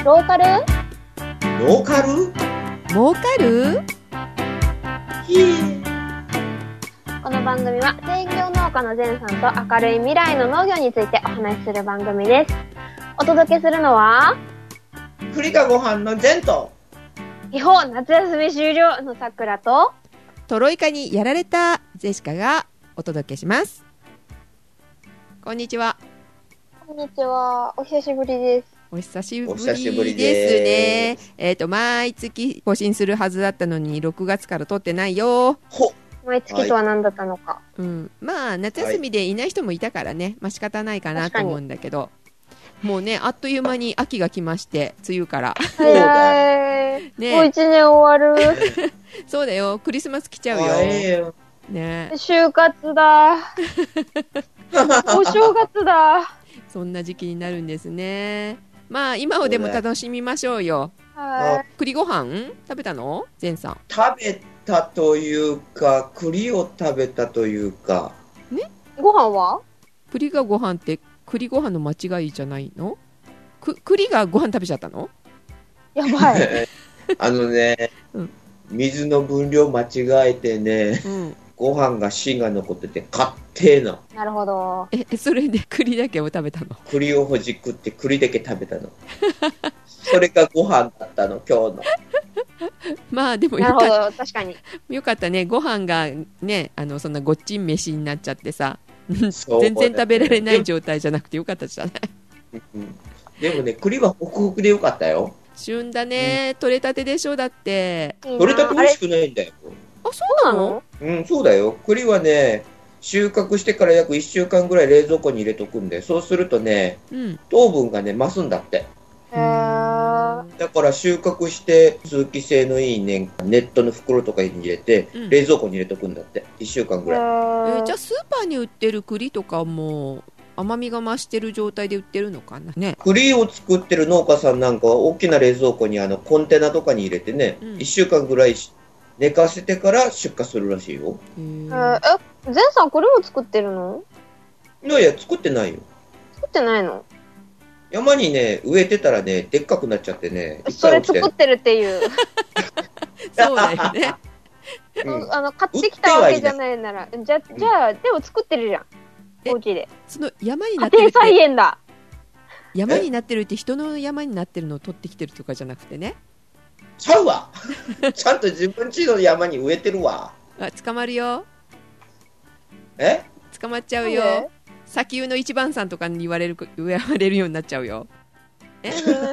ローカルローカル儲かる？ ひえ。 この番組は専業農家のゼンさんと明るい未来の農業についてお話しする番組です。お届けするのは栗がご飯のゼント。 秘宝夏休み終了のさくらとトロイカにやられたジェシカがお届けします。こんにちは。 こんにちは。お久しぶりです。 お久しぶりですね。毎月更新するはずだったのに6月から撮ってないよ。 毎月とは何だったのか。 まあ夏休みでいない人もいたからね、まあ仕方ないかなと思うんだけど、もうねあっという間に秋が来まして、梅雨からね、もう一年終わる。 そうだよ、クリスマス来ちゃうよ。ね、 就活だ。お正月だ。 そんな時期になるんですね。まあ今をでも楽しみましょうよ。栗ご飯食べたの？ゼンさん。 食べたというか、栗を食べたというか。 ね？ご飯は？ 栗がご飯って栗ご飯の間違いじゃないの？栗がご飯食べちゃったの？やばい。 水の分量間違えてね、ご飯が芯が残ってて勝手な。 なるほど。 それで栗だけを食べたの？ 栗をほじくって栗だけ食べたの。それがご飯だったの、今日の。 まあでもなるほど、確かに。 よかったね、ご飯がね、そんなごっちん飯になっちゃってさ、全然食べられない状態じゃなくてよかったじゃない。 でもね、栗はホクホクでよかったよ。 旬だね、取れたてでしょ、だって。 取れたて美味しくないんだよ。 あ、そうなの？ そうだよ。栗はね、収穫してから約1週間ぐらい冷蔵庫に入れとくんで、そうするとね、糖分がね、増すんだって。だから収穫して通気性のいいね、ネットの袋とかに入れて、冷蔵庫に入れとくんだって。1週間ぐらい。 じゃあスーパーに売ってる栗とかも甘みが増してる状態で売ってるのかなね。 栗を作ってる農家さんなんかは大きな冷蔵庫にコンテナとかに入れてね、1週間ぐらい寝かせてから出荷するらしいよ。 ゼンさん栗も作ってるの？ いやいや、作ってないよ。 作ってないの？ 山にね、植えてたらね、でっかくなっちゃってね。 それ作ってるっていう。 そうだよね。 買ってきたわけじゃないなら。じゃあ、でも作ってるじゃん。お家で。 その山になってるって。 家庭菜園だ。 山になってるって人の山になってるのを取ってきてるとかじゃなくてね。 ちゃうわ。ちゃんと自分家の山に植えてるわ。 捕まるよ。捕まっちゃうよ。砂丘の一番さんとかに言われるようになっちゃうよ。ネ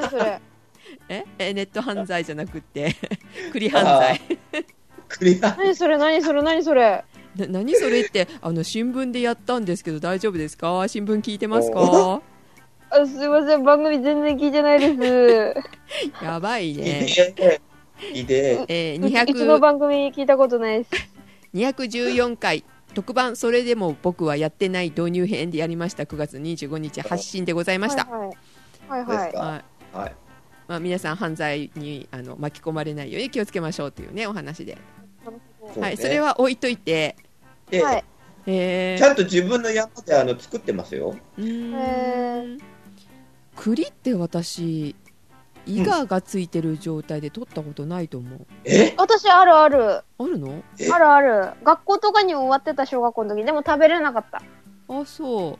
ット犯罪じゃなくって栗犯罪。 何それ何それ何それ。 何それって新聞でやったんですけど大丈夫ですか？新聞聞いてますか？ すいません、番組全然聞いてないです。 やばいね。 いで。 一度番組聞いたことないです。 214回特番、それでも僕はやってない導入編でやりました。9月25日発信でございました。まあ、皆さん犯罪に巻き込まれないように気をつけましょうというねお話で、はい、それは置いといて、 ちゃんと自分の山で作ってますよ。 栗って私イガがついてる状態で取ったことないと思う。 私あるある。 あるの？ あるある。学校とかに終わってた小学校の時でも食べれなかった。 あ、そう。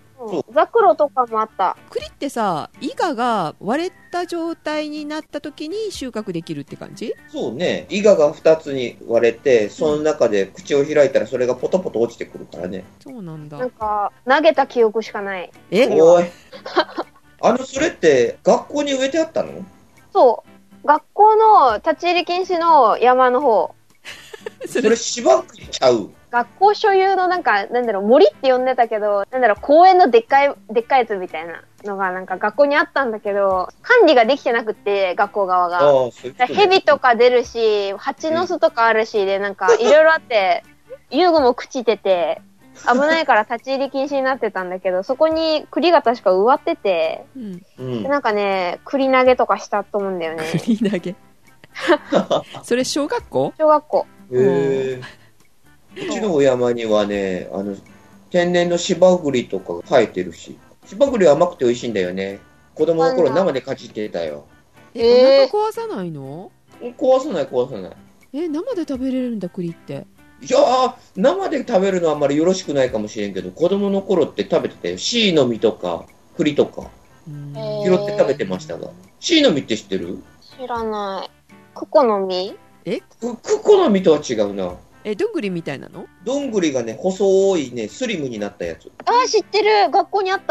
ザクロとかもあった。 栗ってさ、イガが割れた状態になった時に収穫できるって感じ？そうね。イガが2つに割れて、その中で口を開いたらそれがポトポト落ちてくるからね。 そうなんだ。 なんか投げた記憶しかない。 おい。それって学校に植えてあったの？そう。 学校の立ち入り禁止の山の方。 それ芝栗ちゃう。 学校所有の森って呼んでたけど、公園のでっかいやつみたいなのが学校にあったんだけど、管理ができてなくって、学校側が。蛇とか出るし、蜂の巣とかあるしで、いろいろあって、遊具も朽ちてて、危ないから立ち入り禁止になってたんだけど、そこに栗が確か植わってて、栗投げとかしたと思うんだよね。 栗投げそれ小学校？ 小学校。 うちのお山にはね、天然の芝栗とか生えてるし、芝栗は甘くて美味しいんだよね。子供の頃生でかじってたよ。 お腹壊さないの？ 壊さない。 生で食べれるんだ、栗って。 いやー、生で食べるのはあんまりよろしくないかもしれんけど、子供の頃って食べてたよ。シイの実とか、栗とか。拾って食べてましたが。シイの実って知ってる？ 知らない。クコの実？ クコの実とは違うな。 どんぐりみたいなの？ どんぐりがね、細いね、スリムになったやつ。 知ってる。学校にあった。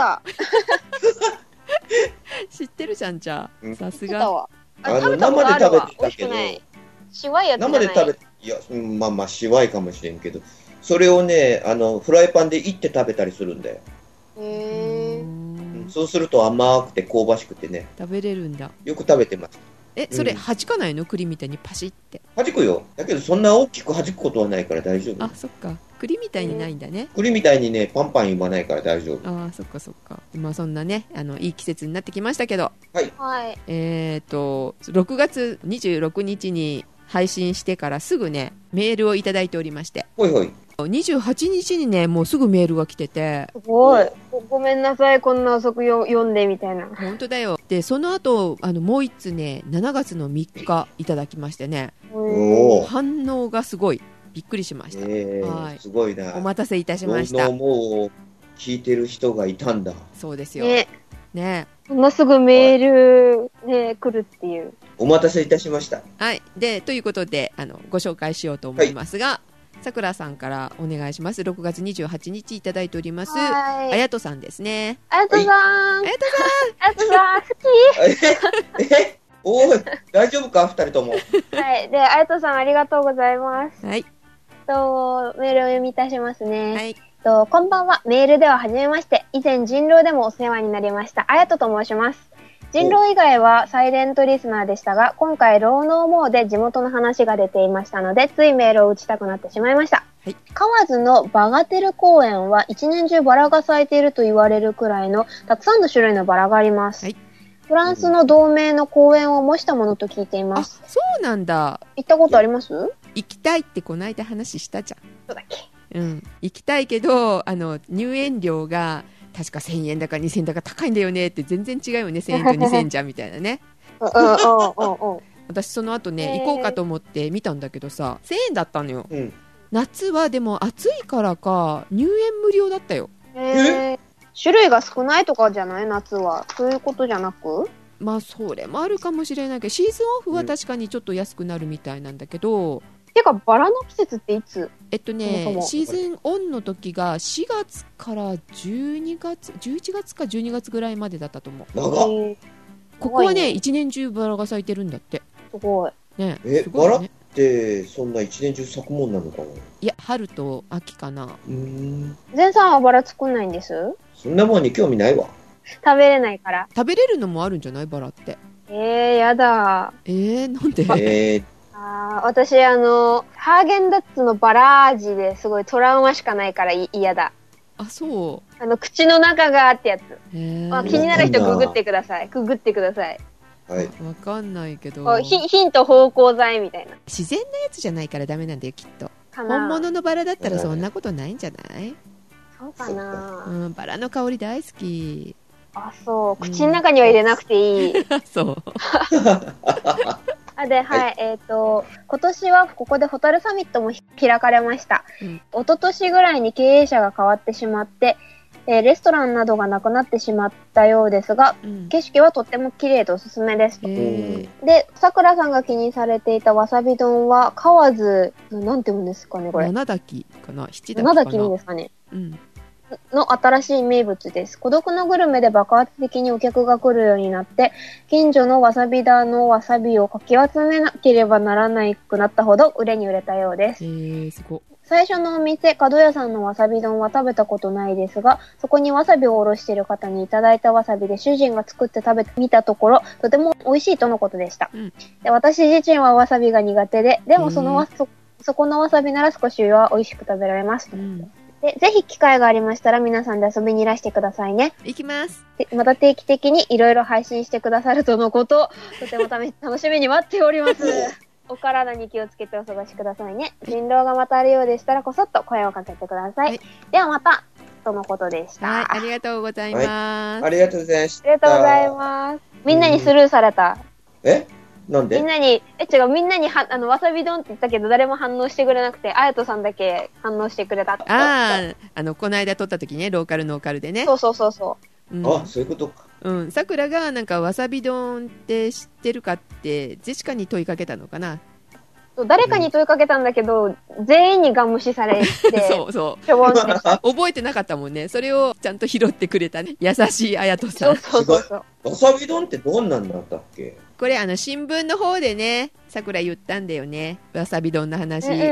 知ってるじゃん、じゃあ。さすが。 生で食べてたけど。 しわいやつじゃない？ 生で食べて、いや、まあ、しわいかもしれんけど、それをね、フライパンでいって食べたりするんだよ。そうすると甘くて香ばしくてね。 食べれるんだ。 よく食べてます。 それ弾かないの？栗みたいにパシって。 弾くよ。だけどそんな大きく弾くことはないから大丈夫。 あ、そっか。栗みたいにないんだね。 栗みたいにね、パンパン言わないから大丈夫。 あ、そっか。まあそんなね、いい季節になってきましたけど。 はい。 6月26日に配信してからすぐね、メールをいただいておりまして。 ほいほい。 28日にね、もうすぐメールが来てて。 すごい。ごめんなさい、こんな遅く読んでみたいな。 本当だよ。で、その後、もう一つね、7月の3日いただきましてね。反応がすごい。びっくりしました。 はい。すごいな。 お待たせいたしました。 もう、聞いてる人がいたんだ。 そうですよ。ね。 そんなすぐメールで来るっていう。 お待たせいたしました。 はい。で、ということで、ご紹介しようと思いますが、さくらさんからお願いします。6月28日いただいております。あやとさんですね。 あやとさん。 あやとさん、好き。 おい、大丈夫か二人とも。 はい。で、あやとさんありがとうございます。 はい。 メールを読みいたしますね。 はい。 こんばんは。メールでは初めまして。以前人狼でもお世話になりました。あやとと申します。人狼以外はサイレントリスナーでしたが、今回ローノーモーで地元の話が出ていましたので、ついメールを打ちたくなってしまいました。はい、河津のバガテル公園は一年中バラが咲いていると言われるくらいのたくさんの種類のバラがあります。はい、フランスの同名の公園を模したものと聞いています。 あ、そうなんだ。 行ったことあります？ 行きたいってこの間話したじゃん。 そうだっけ？ うん。行きたいけど、入園料が確か1000円だか2000円だか高いんだよねって全然違うよね。1000円と2000円じゃんみたいなね。私その後ね、行こうかと思って見たんだけどさ、1000円だったのよ。夏はでも暑いからか入園無料だったよ。 種類が少ないとかじゃない？夏はそういうことじゃなく、 まあそれもあるかもしれないけど、シーズンオフは確かにちょっと安くなるみたいなんだけど、 てかバラの季節っていつ？ シーズンオンの時が4月から11月か12月ぐらいまでだったと思う。ここはね、一年中バラが咲いてるんだって。 すごい。 ね、 バラってそんな一年中咲くもんなのかな？ いや、春と秋かな。 前さんはバラ作んないんです？ そんなもんに興味ないわ。 食べれないから。 食べれるのもあるんじゃない？バラって。 やだ。 なんで？ 私ハーゲンダッツのバラ味ですごいトラウマしかないから嫌だ。 あ、そう。 口の中がってやつ。気になる人ググってください。 はい。 わかんないけど。 ヒント芳香剤みたいな。 自然なやつじゃないからダメなんだよ、きっと。本物のバラだったらそんなことないんじゃない？ そうかな。 バラの香り大好き。 あ、そう。口の中には入れなくていい。 そう。 で、はい、今年はここでホタルサミットも開かれました。一昨年ぐらいに経営者が変わってしまって、レストランなどがなくなってしまったようですが、景色はとっても綺麗でおすすめですと。で、さくらさんが気にされていたわさび丼は、河津、なんて言うんですかね、これ。 七滝かな？七滝かな？ 七滝にですかね。の新しい名物です。孤独のグルメで爆発的にお客が来るようになって、近所のわさび田のわさびをかき集めなければならなくなったほど売れに売れたようです。 すごい。 最初のお店、角屋さんのわさび丼は食べたことないですが、そこにわさびをおろしている方にいただいたわさびで主人が作って食べてみたところ、とても美味しいとのことでした。で、私自身はわさびが苦手で、でもそこのわさびなら少しは美味しく食べられます。で、ぜひ機会がありましたら皆さんで遊びにいらしてくださいね。 行きます。 で、また定期的にいろいろ配信してくださるとのこと、とても楽しみに待っております。お体に気をつけてお過ごしくださいね。人狼がまたあるようでしたらこそっと声をかけてください。ではまた、とのことでした。 はい、ありがとうございます。 ありがとうございました。 ありがとうございます。みんなにスルーされた。 なんでみんなに、みんなにわさび丼って言ったけど、誰も反応してくれなくて、あやとさんだけ反応してくれたって。 この間撮った時ね、ローカルノーカルでね。 そう。 そういうことか。 さくらがなんかわさび丼って知ってるかって、ジェシカに問いかけたのかな。 誰かに問いかけたんだけど、全員にガン無視されて、 そう。覚えてなかったもんね。それをちゃんと拾ってくれたね。優しいあやとさん。 そう。 わさび丼ってどんなんだったっけ？ これ新聞の方でね、さくら言ったんだよね。わさび丼の話。 そう。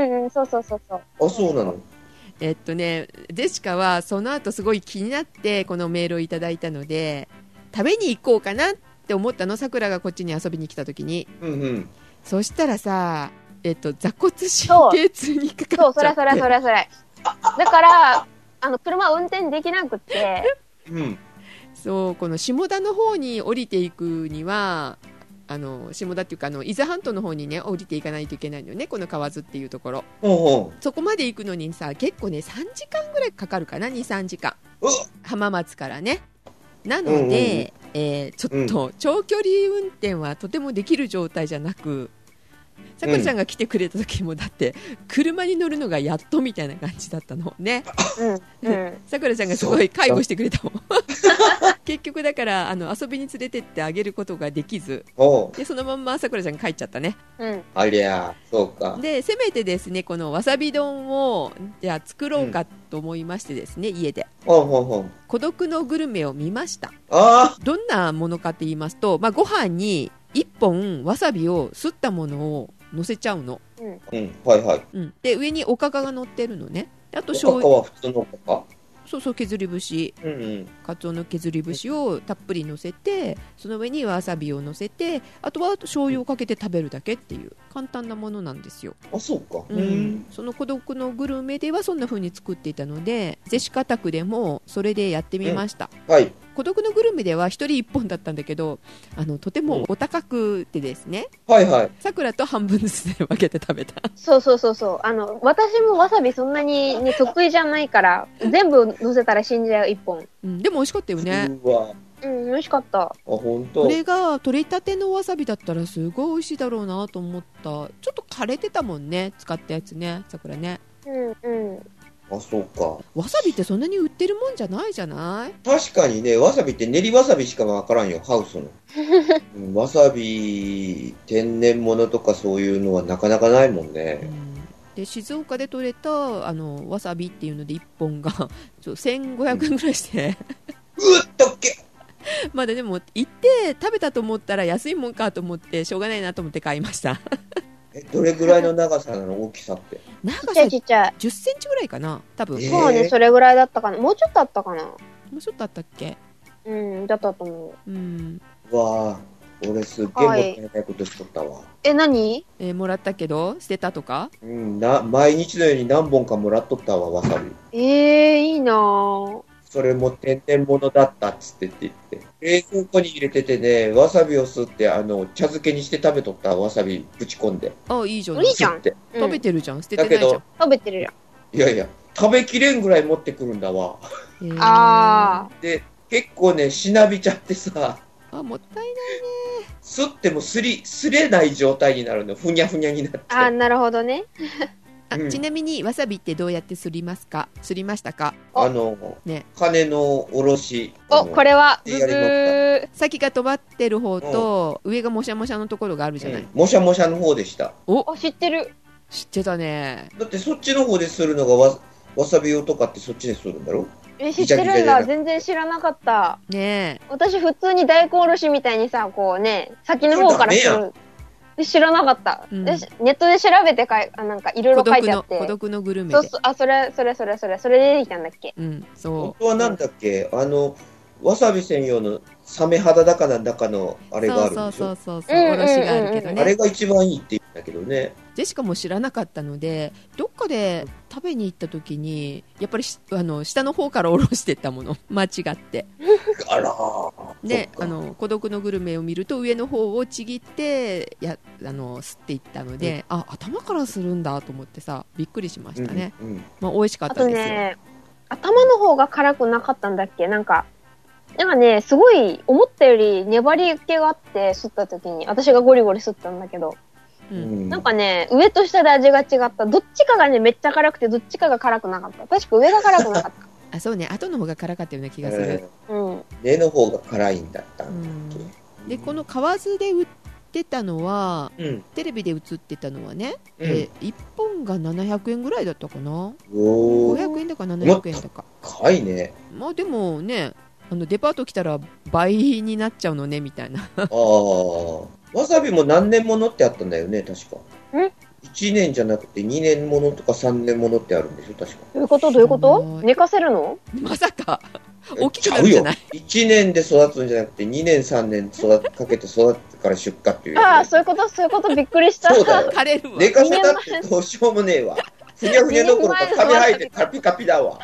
そうなの？ ジェシカはその後すごい気になってこのメールをいただいたので、食べに行こうかなって思ったの、さくらがこっちに遊びに来た時に。そしたらさ、座骨神経痛にかかっちゃって。そう、それ。 だから、車運転できなくて。 そう、この下田の方に降りていくには、下田っていうか伊豆半島の方にね降りていかないといけないのよね、この河津っていうところ。そこまで行くのにさ、結構ね3時間ぐらいかかるかな、2,3時間、浜松からね。なので、ちょっと長距離運転はとてもできる状態じゃなく、さくらちゃんが来てくれた時もだって車に乗るのがやっとみたいな感じだったのね。さくらちゃんがすごい介護してくれたもん結局だから遊びに連れてってあげることができずで、そのまんまさくらちゃんが帰っちゃったね。 ありゃそうか。 でせめてですね、このわさび丼をじゃあ作ろうかと思いましてですね、家で孤独のグルメを見ました。どんなものかと言いますと、ご飯に1本わさびをすったものを乗せちゃうの。で上におかかが乗ってるのね。あとおかかは普通のおかか？ そう削り節、かつおの削り節をたっぷり乗せて、その上にわさびを乗せて、あとは醤油をかけて食べるだけっていう簡単なものなんですよ。 そうか。 その孤独のグルメではそんな風に作っていたので、ジェシカ宅でもそれでやってみました。孤独のグルメでは1人1本だったんだけど、とてもお高くてですね、さくらと半分ずつで分けて食べた。 そう。私もわさびそんなに、ね、得意じゃないから全部乗せたら死んじゃう1本。 でも美味しかったよね。 美味しかった。 本当。 これが取れたてのわさびだったらすごい美味しいだろうなと思った。ちょっと枯れてたもんね、使ったやつね、さくらね。 そうか。 わさびってそんなに売ってるもんじゃないじゃない？ 確かにね、わさびって練りわさびしかわからんよ、ハウスのわさび天然物とかそういうのはなかなかないもんね。 で静岡で採れたわさびっていうので1本が1500円ぐらいしてまだでも行って食べたと思ったら安いもんかと思ってしょうがないなと思って買いましたどれぐらいの長さなの？大きさって長さちっちゃい10センチぐらいかな多分。 そうね、それぐらいだったかな。もうちょっとあったかな。 もうちょっとあったっけ？ だったと思う。わあ、俺すっげえもったいないことしとったわ。 何？ もらったけど捨てたとか？ 毎日のように何本かもらっとったわ、わさび。 いいなぁ。 それも天然物だったっつって言って冷蔵庫に入れててね、わさびを吸って茶漬けにして食べとった。わさびぶち込んで。 いいじゃん。 いいじゃん。 食べてるじゃん。捨ててないじゃん。 食べてるじゃん。いや食べきれんぐらい持ってくるんだわ。で結構ねしなびちゃってさ。 もったいないね。 吸ってもすれない状態になるの。ふにゃふにゃになって。 なるほどね。 ちなみにわさびってどうやってすりますか？すりましたか？ 金のおろし。 これは先がとばってる方と上がもしゃもしゃのところがあるじゃない。 もしゃもしゃの方でした。 知ってる。 知ってたね。 だってそっちの方でするのがわさび用とかってそっちでするんだろ？ 知ってるんだ。全然知らなかったね。 私普通に大根おろしみたいにさ、こうね、先の方からする。知らなかった、でネットで調べてなんかいろいろ書いてあって。 孤独のグルメで。 それで出てきたんだっけ？ そう。 本当はなんだっけ、わさび専用のサメ肌だかなんだかのあれがあるんでしょ。 そうおろしがあるけどね。 あれが一番いいって言うんだけどね。 ジェシカも知らなかったので、どっかで食べに行った時にやっぱり下の方からおろしてったもの間違ってで孤独のグルメを見ると上の方をちぎって吸っていったので、頭からするんだと思ってさ、びっくりしましたね。美味しかったですよ。 あとね、頭の方が辛くなかったんだっけ？なんかなんかね、すごい思ったより粘り気があって、吸った時に、私がゴリゴリ吸ったんだけど、なんかね、上と下で味が違った。どっちかがね、めっちゃ辛くて、どっちかが辛くなかった。確か上が辛くなかった。 あ、そうね、後の方が辛かったような気がする。 根の方が辛いんだったんだっけ。で、この河津で売ってたのは、テレビで映ってたのはね、1本が700円ぐらいだったかな。500円だか700円だか。 高いね。 まあでもね、デパート来たら倍になっちゃうのねみたいな。 ああ、わさびも何年ものってあったんだよね、確か。1年じゃなくて2年ものとか3年ものってあるんでしょ、確か。 どういうことどういうこと？寝かせるの？ まさか大きくなるんじゃない ？1年で育つんじゃなくて2年3年かけて育ってから出荷っていう、ね。 ああ、そういうことびっくりした。 そうだよ。寝かせたってどうしようもねえわ。ふにゃふにゃどころかカビ生えてカピカピだわ。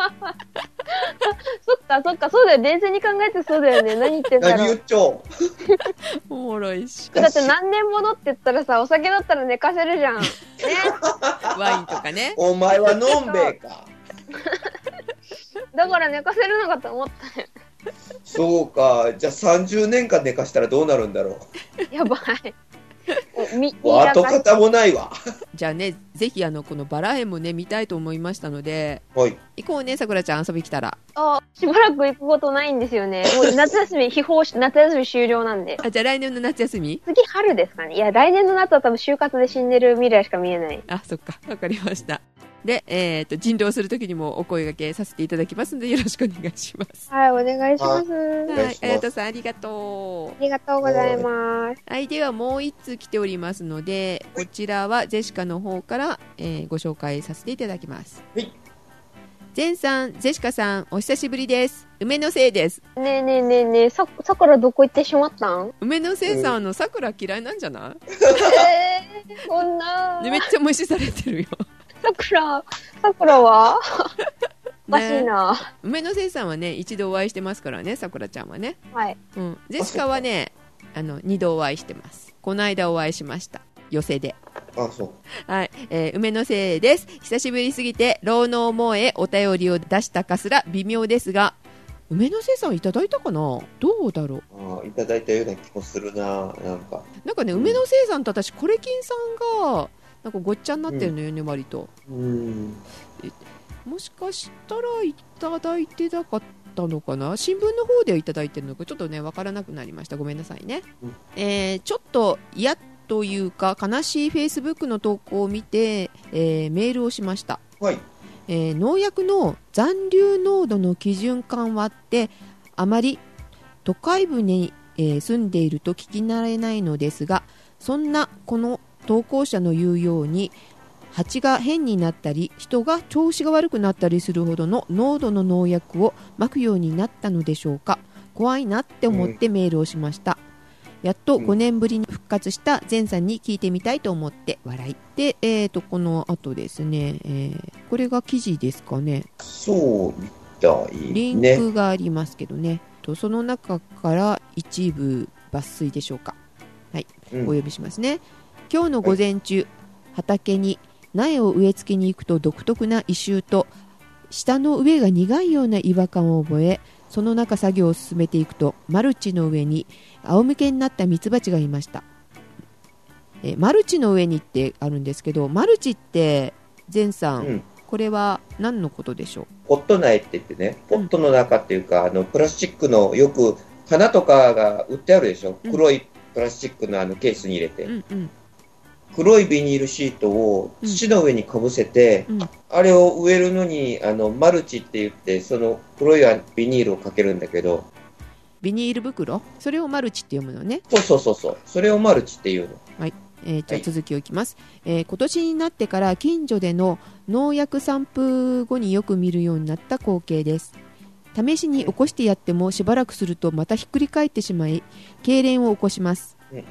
そっか、そうだよ。冷静に考えてそうだよね。何言ってんだろう。 何言っちゃう。 おもろいし。 だって何年ものって言ったらさ、お酒だったら寝かせるじゃん。ね。 ワインとかね。 お前は飲んべえか。 だから寝かせるのかと思ったね。 そうか。じゃあ30年間寝かしたらどうなるんだろう。やばい。 跡形もないわ。 じゃあね、ぜひこのバラ園もね見たいと思いましたので、 はい、 行こうね、さくらちゃん遊び来たら。 しばらく行くことないんですよね。もう夏休み夏休み終了なんで。 じゃあ来年の夏休み？ 次春ですかね。いや、来年の夏は多分就活で死んでる未来しか見えない。 あ、そっか、わかりました。で、人狼するときにもお声掛けさせていただきますのでよろしくお願いします。 はい、お願いします。 はい、あやとさんありがとう。 ありがとうございます。 はい、ではもう一通来ておりますので、こちらはジェシカの方から、ご紹介させていただきます。 はい。 ゼンさん、ジェシカさん、お久しぶりです。梅のせいです。 ねえ、さくらどこ行ってしまったん？ 梅のせいさん、さくら嫌いなんじゃない？ そんな。 めっちゃ無視されてるよ。 さくらはおかしいな、 ね、梅のせいさんはね一度お会いしてますからね、さくらちゃんはね。 はい。 ジェシカはね2度お会いしてます。この間お会いしました、寄席で。 あ、そう。 はい、梅のせいです。久しぶりすぎて労農網へお便りを出したかすら微妙ですが、梅のせいさんいただいたかな、どうだろう。 いただいたような気もするな。なんかね、梅のせいさんと私コレキンさんがなんかごっちゃになってるのよね、割と。もしかしたらいただいてなかったのかな、新聞の方ではいただいてるのかちょっとね分からなくなりました。ごめんなさいね。ちょっと嫌というか悲しいフェイスブックの投稿を見て、メールをしました。 はい。 農薬の残留濃度の基準緩和ってあまり都会部に、住んでいると聞き慣れないのですが、そんなこの投稿者の言うように蜂が変になったり人が調子が悪くなったりするほどの濃度の農薬をまくようになったのでしょうか。怖いなって思ってメールをしました。やっと5年ぶりに復活した前さんに聞いてみたいと思って笑いで、この後ですね、これが記事ですかね。 そうみたいね。 リンクがありますけどね、その中から一部抜粋でしょうか。はい、お呼びしますね。今日の午前中、畑に苗を植え付けに行くと独特な異臭と下の上が苦いような違和感を覚え、その中作業を進めていくとマルチの上に仰向けになったミツバチがいました。マルチの上にってあるんですけど、マルチって前さん、これは何のことでしょう？ ポット苗って言ってね、ポットの中っていうか、プラスチックのよく花とかが売ってあるでしょ、黒いプラスチックのケースに入れて、黒いビニールシートを土の上にかぶせて、あれを植えるのにマルチって言って、その黒いビニールをかけるんだけど、 ビニール袋、それをマルチって読むのね。 そう、それをマルチっていうの。 はい。じゃあ続きをいきます。今年になってから近所での農薬散布後によく見るようになった光景です。試しに起こしてやってもしばらくするとまたひっくり返ってしまい痙攣を起こします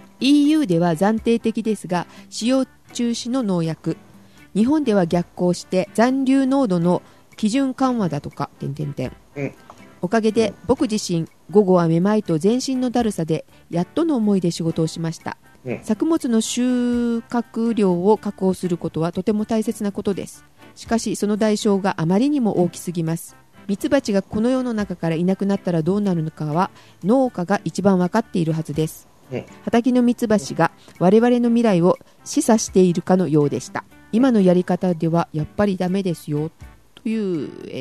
。EU では暫定的ですが使用中止の農薬、日本では逆行して残留濃度の基準緩和だとか、おかげで僕自身午後はめまいと全身のだるさでやっとの思いで仕事をしました。作物の収穫量を確保することはとても大切なことです。しかしその代償があまりにも大きすぎます。 ミツバチがこの世の中からいなくなったらどうなるのかは農家が一番分かっているはずです。畑のミツバチが我々の未来を示唆しているかのようでした。今のやり方ではやっぱりダメですよという、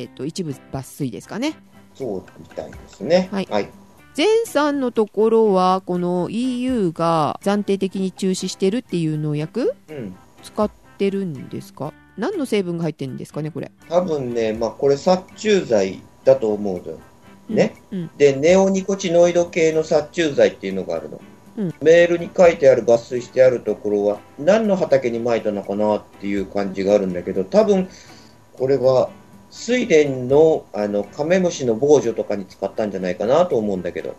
一部抜粋ですかね。 そうみたいですね。 はい、はい。前さんのところはこの EU が暫定的に中止してるっていう農薬、使ってるんですか？何の成分が入ってるんですかねこれ。 多分ね、これ殺虫剤だと思うのね、でネオニコチノイド系の殺虫剤っていうのがあるの。メールに書いてある抜粋してあるところは何の畑に撒いたのかなっていう感じがあるんだけど、多分これは水田のカメムシの防除とかに使ったんじゃないかなと思うんだけど、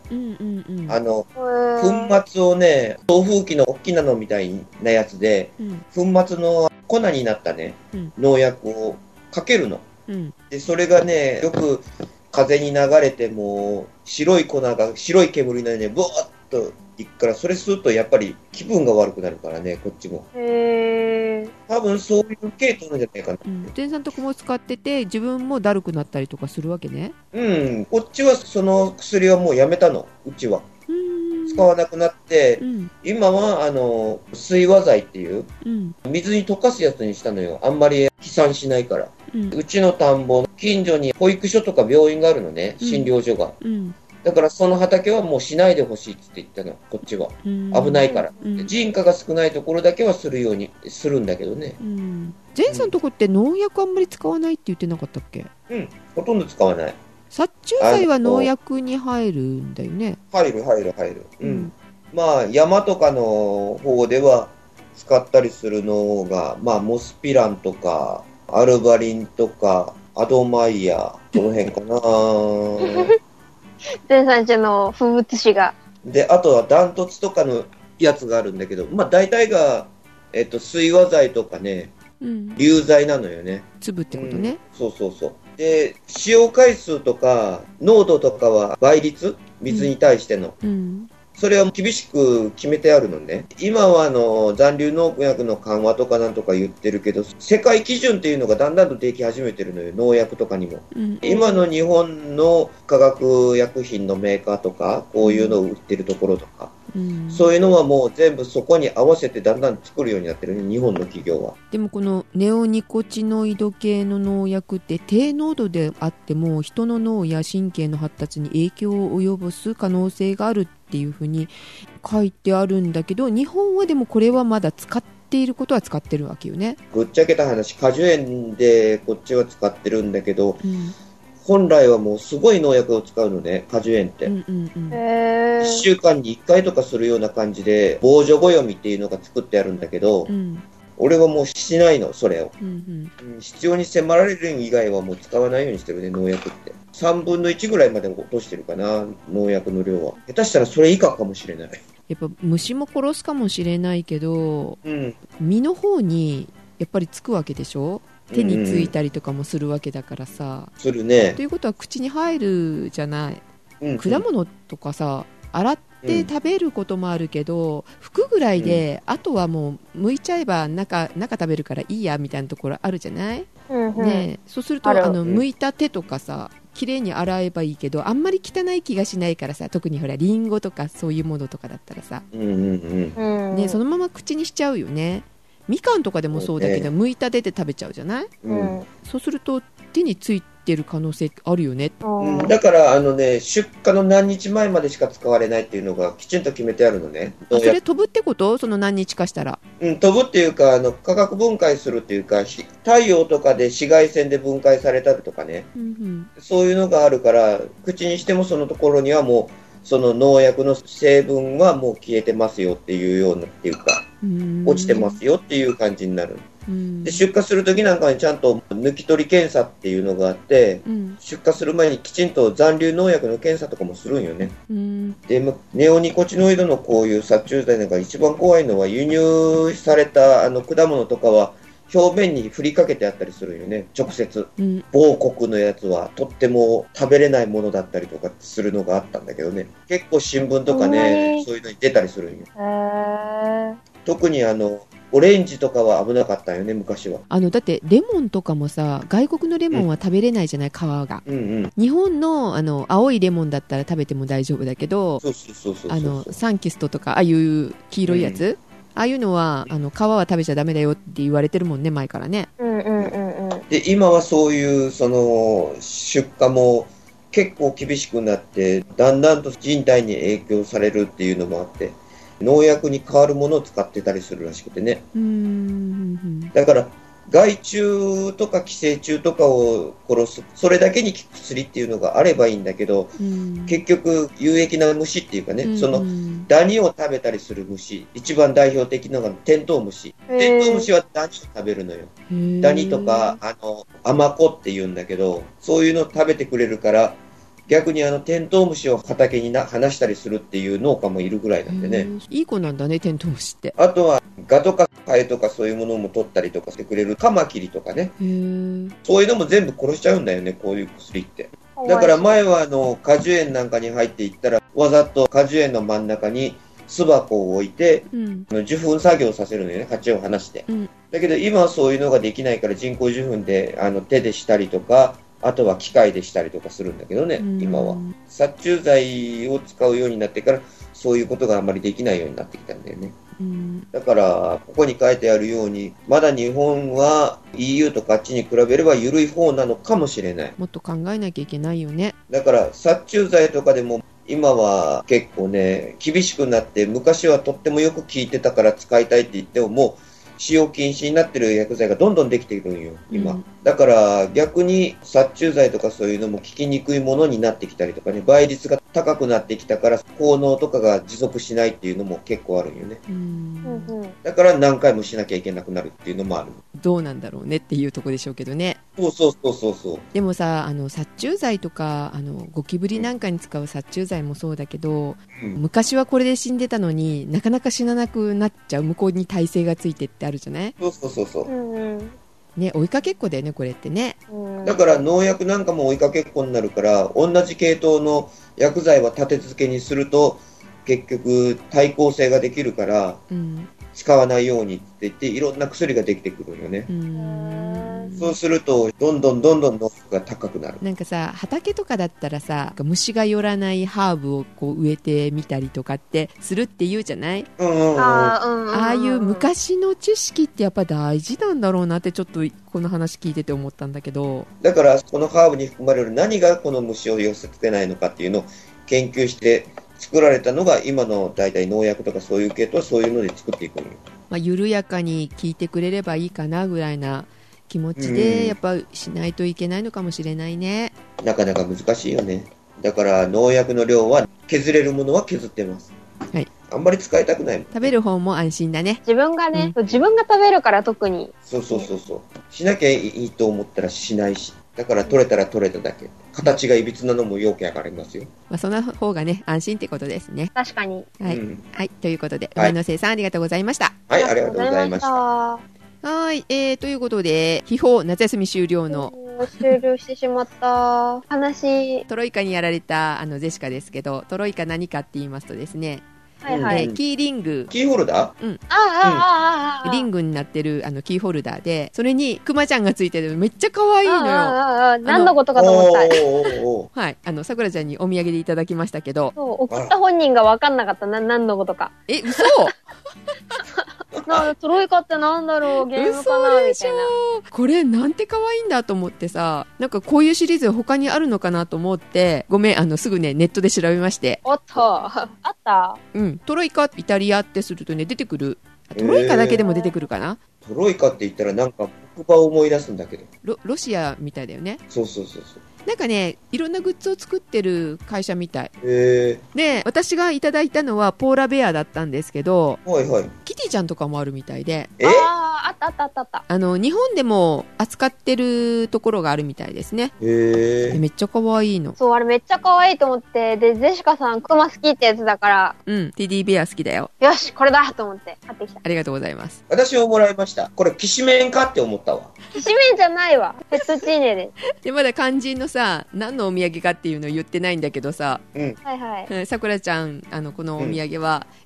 粉末をね、送風機の大きなのみたいなやつで、粉末の粉になったね、農薬をかけるの、でそれがね、よく風に流れても白い粉が白い煙のようにブワーッといくから、それするとやっぱり気分が悪くなるからね、こっちも。多分そういう系統なんじゃないかな。 前さんとこも使ってて自分もだるくなったりとかするわけね。 こっちはその薬はもうやめたの、うちは。使わなくなって、今は水和剤っていう、水に溶かすやつにしたのよ。あんまり飛散しないから。うちの田んぼの近所に保育所とか病院があるのね、診療所が。だからその畑はもうしないでほしいって言ったの、こっちは。危ないから。人家が少ないところだけはするようにするんだけどね。 前さんのとこって農薬あんまり使わないって言ってなかったっけ？ ほとんど使わない。 殺虫剤は農薬に入るんだよね。 入る。山とかの方では使ったりするのが、モスピランとか、アルバリンとか、アドマイヤー、その辺かな。 前さんちの風物詩が。 で、あとはダントツとかのやつがあるんだけど、大体が、水和剤とかね、流剤なのよね。 粒ってことね。 そう。で、使用回数とか、濃度とかは倍率、水に対しての。それは厳しく決めてあるのね。今は残留農薬の緩和とかなんとか言ってるけど、世界基準っていうのがだんだんとでき始めてるのよ、農薬とかにも。今の日本の化学薬品のメーカーとか、こういうのを売ってるところとか、そういうのはもう全部そこに合わせてだんだん作るようになってるね、日本の企業は。 でもこのネオニコチノイド系の農薬って低濃度であっても人の脳や神経の発達に影響を及ぼす可能性があるっていうふうに書いてあるんだけど、日本はでもこれはまだ使っていることは使ってるわけよね。 ぶっちゃけた話、果樹園でこっちは使ってるんだけど、本来はもうすごい農薬を使うのね、果樹園って。1週間に1回とかするような感じで、防除暦っていうのが作ってあるんだけど、俺はもうしないの、それを。必要に迫られる以外はもう使わないようにしてるね、農薬って。3分の1ぐらいまで落としてるかな、農薬の量は。下手したらそれ以下かもしれない。 やっぱ虫も殺すかもしれないけど、実の方にやっぱりつくわけでしょ。手についたりとかもするわけだからさ。 するね。 ということは口に入るじゃない。果物とかさ、洗って食べることもあるけど、服ぐらいで、あとはもう剥いちゃえば中食べるからいいやみたいなところあるじゃない、ね、そうすると剥いた手とかさ、きれいに洗えばいいけど、あんまり汚い気がしないからさ、特にほらリンゴとかそういうものとかだったらさ、ね、そのまま口にしちゃうよね。みかんとかでもそうだけど、剥いた手で食べちゃうじゃない、そうすると手についてる可能性あるよね。 だから出荷の何日前までしか使われないっていうのがきちんと決めてあるのね。 それ飛ぶってこと？その何日かしたら。 飛ぶっていうか化学分解するっていうか、太陽とかで紫外線で分解されたりとかね、そういうのがあるから、口にしてもそのところにはもうその農薬の成分はもう消えてますよっていうようなっていうか、落ちてますよっていう感じになる。で出荷するときなんかにちゃんと抜き取り検査っていうのがあって、出荷する前にきちんと残留農薬の検査とかもするんよね。でネオニコチノイドのこういう殺虫剤なんか一番怖いのは、輸入された果物とかは表面に振りかけてあったりするよね、直接。某国のやつはとっても食べれないものだったりとかするのがあったんだけどね、結構新聞とかね、そういうのに出たりするんよ。特にオレンジとかは危なかったよね、昔は。 だってレモンとかもさ、外国のレモンは食べれないじゃない、皮が。日本の青いレモンだったら食べても大丈夫だけど、サンキストとかああいう黄色いやつ、ああいうのは皮は食べちゃダメだよって言われてるもんね、前からね。 で今はそういうその出荷も結構厳しくなって、だんだんと人体に影響されるっていうのもあって、農薬に変わるものを使ってたりするらしくてね。だから害虫とか寄生虫とかを殺す、それだけに効く薬っていうのがあればいいんだけど、結局有益な虫っていうかね、そのダニを食べたりする虫、一番代表的なのがテントウムシ。テントウムシはダニを食べるのよ。ダニとかアマコっていうんだけど、そういうのを食べてくれるから、逆にテントウムシを畑に放したりするっていう農家もいるぐらいなんでね。 いい子なんだね、テントウムシって。 あとはガとかハエとかそういうものも取ったりとかしてくれるカマキリとかね、そういうのも全部殺しちゃうんだよね、こういう薬って。だから前は果樹園なんかに入っていったら、わざと果樹園の真ん中に巣箱を置いて、受粉作業させるのよね、蜂を放して。だけど今はそういうのができないから、人工受粉で手でしたりとか、あとは機械でしたりとかするんだけどね、今は。殺虫剤を使うようになってから、そういうことがあんまりできないようになってきたんだよね。だから、ここに書いてあるように、まだ日本は EU とかあっちに比べれば緩い方なのかもしれない。 もっと考えなきゃいけないよね。 だから、殺虫剤とかでも、今は結構ね、厳しくなって、昔はとってもよく効いてたから使いたいって言っても、もう、使用禁止になってる薬剤がどんどんできているんよ、今。だから逆に殺虫剤とかそういうのも効きにくいものになってきたりとかね、倍率が高くなってきたから効能とかが持続しないっていうのも結構あるんよね。だから何回もしなきゃいけなくなるっていうのもある。 どうなんだろうねっていうところでしょうけどね。 そう。 でもさ、殺虫剤とかゴキブリなんかに使う殺虫剤もそうだけど、昔はこれで死んでたのになかなか死ななくなっちゃう、向こうに耐性がついてってあるじゃない。ね、追いかけっこだよね、これってね。 だから農薬なんかも追いかけっこになるから、同じ系統の薬剤は立て続けにすると結局対抗性ができるから、使わないようにって言っていろんな薬ができてくるよね。そうするとどんどん農薬が高くなる。 なんかさ、畑とかだったらさ、虫が寄らないハーブをこう植えてみたりとかってするって言うじゃない。ああいう昔の知識ってやっぱ大事なんだろうなってちょっとこの話聞いてて思ったんだけど。 だからこのハーブに含まれる何がこの虫を寄せつけないのかっていうのを研究して作られたのが今の大体農薬とかそういう系統はそういうので作っていくのよ。 緩やかに効いてくれればいいかなぐらいな気持ちでやっぱしないといけないのかもしれないね。 なかなか難しいよね。だから農薬の量は削れるものは削ってます。はい。あんまり使いたくないもん。 食べる方も安心だね。 自分がね、自分が食べるから特に。 そう。しなきゃいいと思ったらしないし。だから取れたら取れただけ。形がいびつなのもよくわかりますよ。 その方がね、安心ってことですね。 確かに。 はい。はい。ということで、上野生さんありがとうございました。 はい、ありがとうございました。 はい、ということで、秘宝夏休み終了の終了してしまった話。 トロイカにやられたゼシカですけど、トロイカ何かって言いますとですね、キーリング、 キーホルダー、リングになってるキーホルダーで、それにクマちゃんがついてる、めっちゃ可愛いのよ。 何のことかと思った。 はい、さくらちゃんにお土産でいただきましたけど、 送った本人が分かんなかった。何のことか。 嘘トロイカってなんだろう、ゲームかなみたいな。 これなんて可愛いんだと思ってさ、なんかこういうシリーズ他にあるのかなと思って、ごめん、すぐねネットで調べまして。 おっと、あった。 トロイカイタリアってするとね出てくる。トロイカだけでも出てくるかな。 トロイカって言ったらなんか木馬を思い出すんだけど。 ロシアみたいだよね。 そう。 なんかね、いろんなグッズを作ってる会社みたい。で、私がいただいたのはポーラベアだったんですけど、キティちゃんとかもあるみたいで。 あった。 日本でも扱ってるところがあるみたいですね。めっちゃ可愛いの。 そう、あれめっちゃ可愛いと思って、で、ゼシカさんクマ好きってやつだから。 テディベア好きだよ。 よし、これだと思って買ってきた。 ありがとうございます。 私ももらいました。これ、きしめんかって思ったわ。 きしめんじゃないわ。フェットチーネで。 で、まだ肝心のさ、何のお土産かっていうのを言ってないんだけどさ、 はい。 さくらちゃん、このお土産は、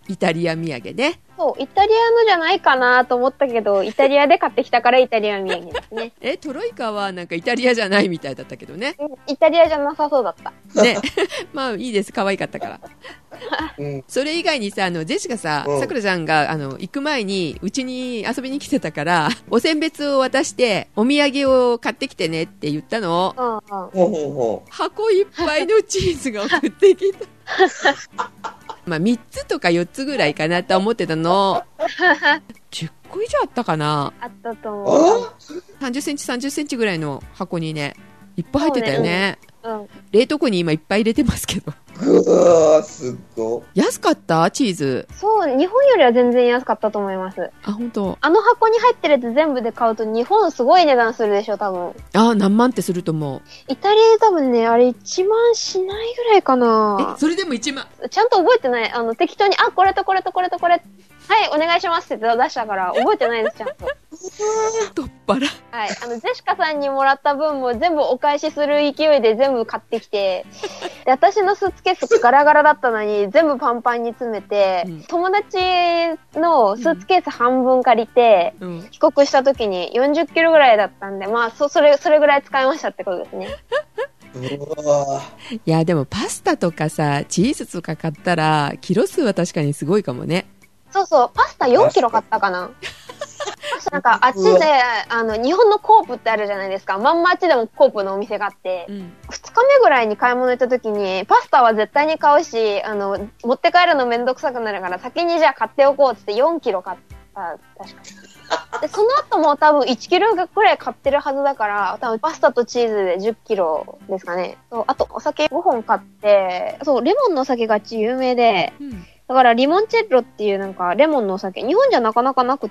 イタリア土産ね。 そう、イタリアのじゃないかなと思ったけど、イタリアで買ってきたからイタリア土産ですね。 トロイカはなんかイタリアじゃないみたいだったけどね。 イタリアじゃなさそうだった。 ね。まあいいです。可愛かったから。それ以外にさ、ジェシカさ、さくらちゃんが、行く前に、うちに遊びに来てたから、お選別を渡して、お土産を買ってきてねって言ったの。箱いっぱいのチーズが送ってきた。まあ、3つとか4つぐらいかなと思ってたの。10個以上あったかな。 あったと思う。 30センチ、30センチぐらいの箱にね、いっぱい入ってたよね。冷凍庫に今いっぱい入れてますけど。 うわー、すっごい。安かったチーズ。 そう、日本よりは全然安かったと思います。 あ、本当。 あの箱に入ってるやつ全部で買うと日本すごい値段するでしょ、多分。 何万ってすると思う。 イタリアで多分ね、あれ1万しないぐらいかな。 それでも1万。 ちゃんと覚えてない。適当に、これとこれとこれとこれ。はい、お願いしますって出したから、覚えてないです、ちゃんと。 とっぱら。 はい。ジェシカさんにもらった分も全部お返しする勢いで全部買ってきて、で、私のスーツケースガラガラだったのに全部パンパンに詰めて、友達のスーツケース半分借りて、帰国した時に40キロぐらいだったんで、まあ、それぐらい使いましたってことですね。 いや、でもパスタとかさ、チーズとか買ったら、キロ数は確かにすごいかもね。 そうそう、パスタ4キロ買ったかな。なんかあっちで日本のコープってあるじゃないですか。まんまあっちでもコープのお店があって、2日目ぐらいに買い物行った時にパスタは絶対に買うし、持って帰るのめんどくさくなるから先にじゃあ買っておこうっつって4キロ買った。確かに。でその後も多分1キロぐらい買ってるはずだから、多分パスタとチーズで10キロですかね。そう、あとお酒5本買って、そう、レモンのお酒があっち有名で、だからリモンチェッロっていうなんかレモンのお酒、日本じゃなかなかなくって。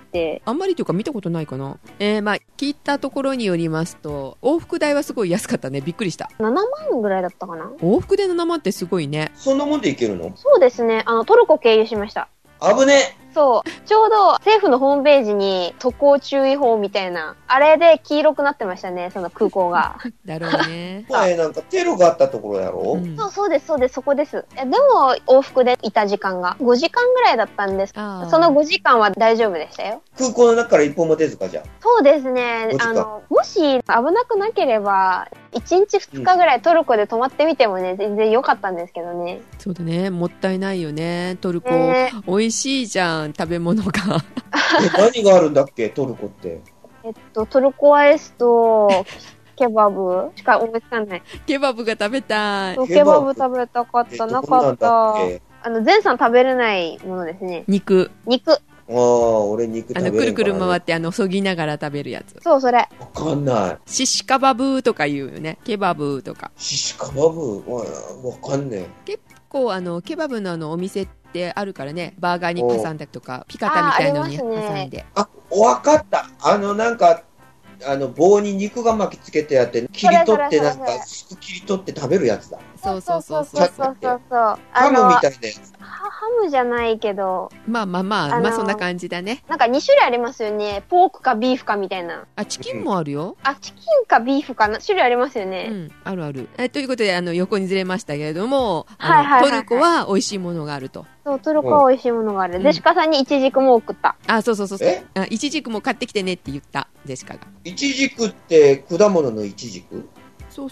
あんまりというか見たことないかな。まあ聞いたところによりますと、往復代はすごい安かったね。びっくりした。 7万ぐらいだったかな。 往復で7万ってすごいね。 そんなもんでいけるの？ そうですね。トルコ経由しました。 危ね。 そう。ちょうど政府のホームページに渡航注意報みたいな、あれで黄色くなってましたね、その空港が。 だろうね。 前なんかテロがあったところやろ、 そうです、そうです、そこです。でも、往復でいた時間が5時間ぐらいだったんです。その5時間は大丈夫でしたよ。 空港の中から一歩も出ずか、じゃあ。 そうですね。もし危なくなければ、1日2日ぐらいトルコで泊まってみてもね、全然良かったんですけどね。 そうだね。もったいないよね。トルコ、美味しいじゃん、食べ物が。 何があるんだっけ、トルコって。 トルコアイスと、ケバブしか思いつかない。 ケバブが食べたい。 ケバブ食べたかった、なかった。前さん食べれないものですね。 肉。 俺肉食べれない、 くるくる回ってそぎながら食べるやつ。 そう、それ。 わかんない。 シシカバブとか言うよね。ケバブとか。 シシカバブわかんねえ。 結構ケバブのお店ってあるからね。バーガーに挟んだりとか、ピカタみたいのに挟んで。 わかった。なんか、棒に肉が巻きつけてあって、切り取って、なんか、切り取って食べるやつだ。 そう。 ハムみたいなやつ。 ハムじゃないけど。 まあ、そんな感じだね。 なんか2種類ありますよね。ポークかビーフかみたいな。 チキンもあるよ。 チキンかビーフかな。種類ありますよね。 あるある。ということで、横にずれましたけれども、トルコは美味しいものがあると。 そう、トルコは美味しいものがある。ジェシカさんにイチジクも送った。 そう。イチジクも買ってきてねって言った、ジェシカが。 イチジクって果物のイチジク？ そう。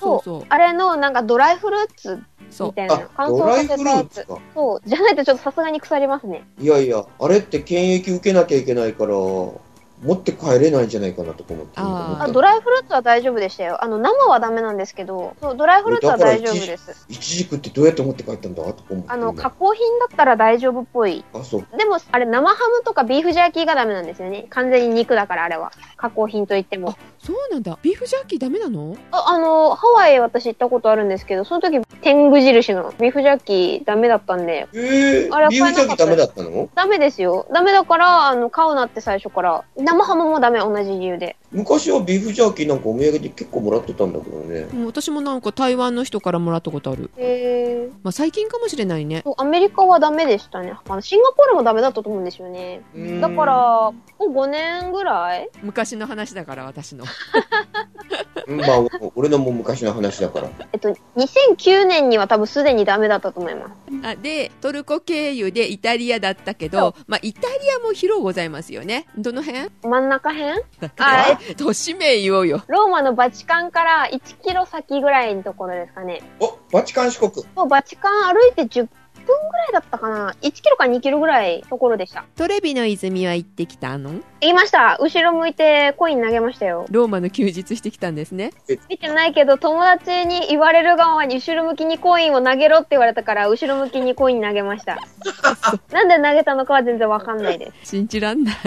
あれのなんかドライフルーツみたいな。乾燥させたやつ。そう。じゃないとちょっとさすがに腐りますね。 いやいや、あれって検疫受けなきゃいけないから、持って帰れないんじゃないかなとか思って。 ドライフルーツは大丈夫でしたよ。生はダメなんですけど、そう、ドライフルーツは大丈夫です。 イチジクってどうやって持って帰ったんだとか思って。 加工品だったら大丈夫っぽい。 そう。 でも、あれ、生ハムとかビーフジャーキーがダメなんですよね。完全に肉だから、あれは。加工品といっても。 そうなんだ。ビーフジャーキーダメなの？ ハワイ私行ったことあるんですけど、その時、天狗印のビーフジャーキーダメだったんで。 あれビーフジャーキーダメだったの？ ダメですよ。ダメだから、買うなって最初から。生ハムもダメ、同じ理由で。 昔はビーフジャーキーなんかお土産で結構もらってたんだけどね。 私もなんか台湾の人からもらったことある。まあ最近かもしれないね。 アメリカはダメでしたね。シンガポールもダメだったと思うんですよね。だから、5年ぐらい？ 昔の話だから、私の。 まあ、俺のも昔の話だから。 2009年には多分すでにダメだったと思います。 で、トルコ経由でイタリアだったけど、まあ、イタリアも広ございますよね。どの辺？ 真ん中辺？ 都市名言おうよ。 ローマのバチカンから1キロ先ぐらいのところですかね。 お、バチカン四国。 そう、バチカン歩いて10分ぐらいだったかな。1キロか2キロぐらいところでした。 トレビの泉は行ってきたの？ 行きました。後ろ向いてコイン投げましたよ。 ローマの休日してきたんですね。 見てないけど、友達に言われる側に後ろ向きにコインを投げろって言われたから、後ろ向きにコイン投げました。なんで投げたのかは全然わかんないです。 信じらんない。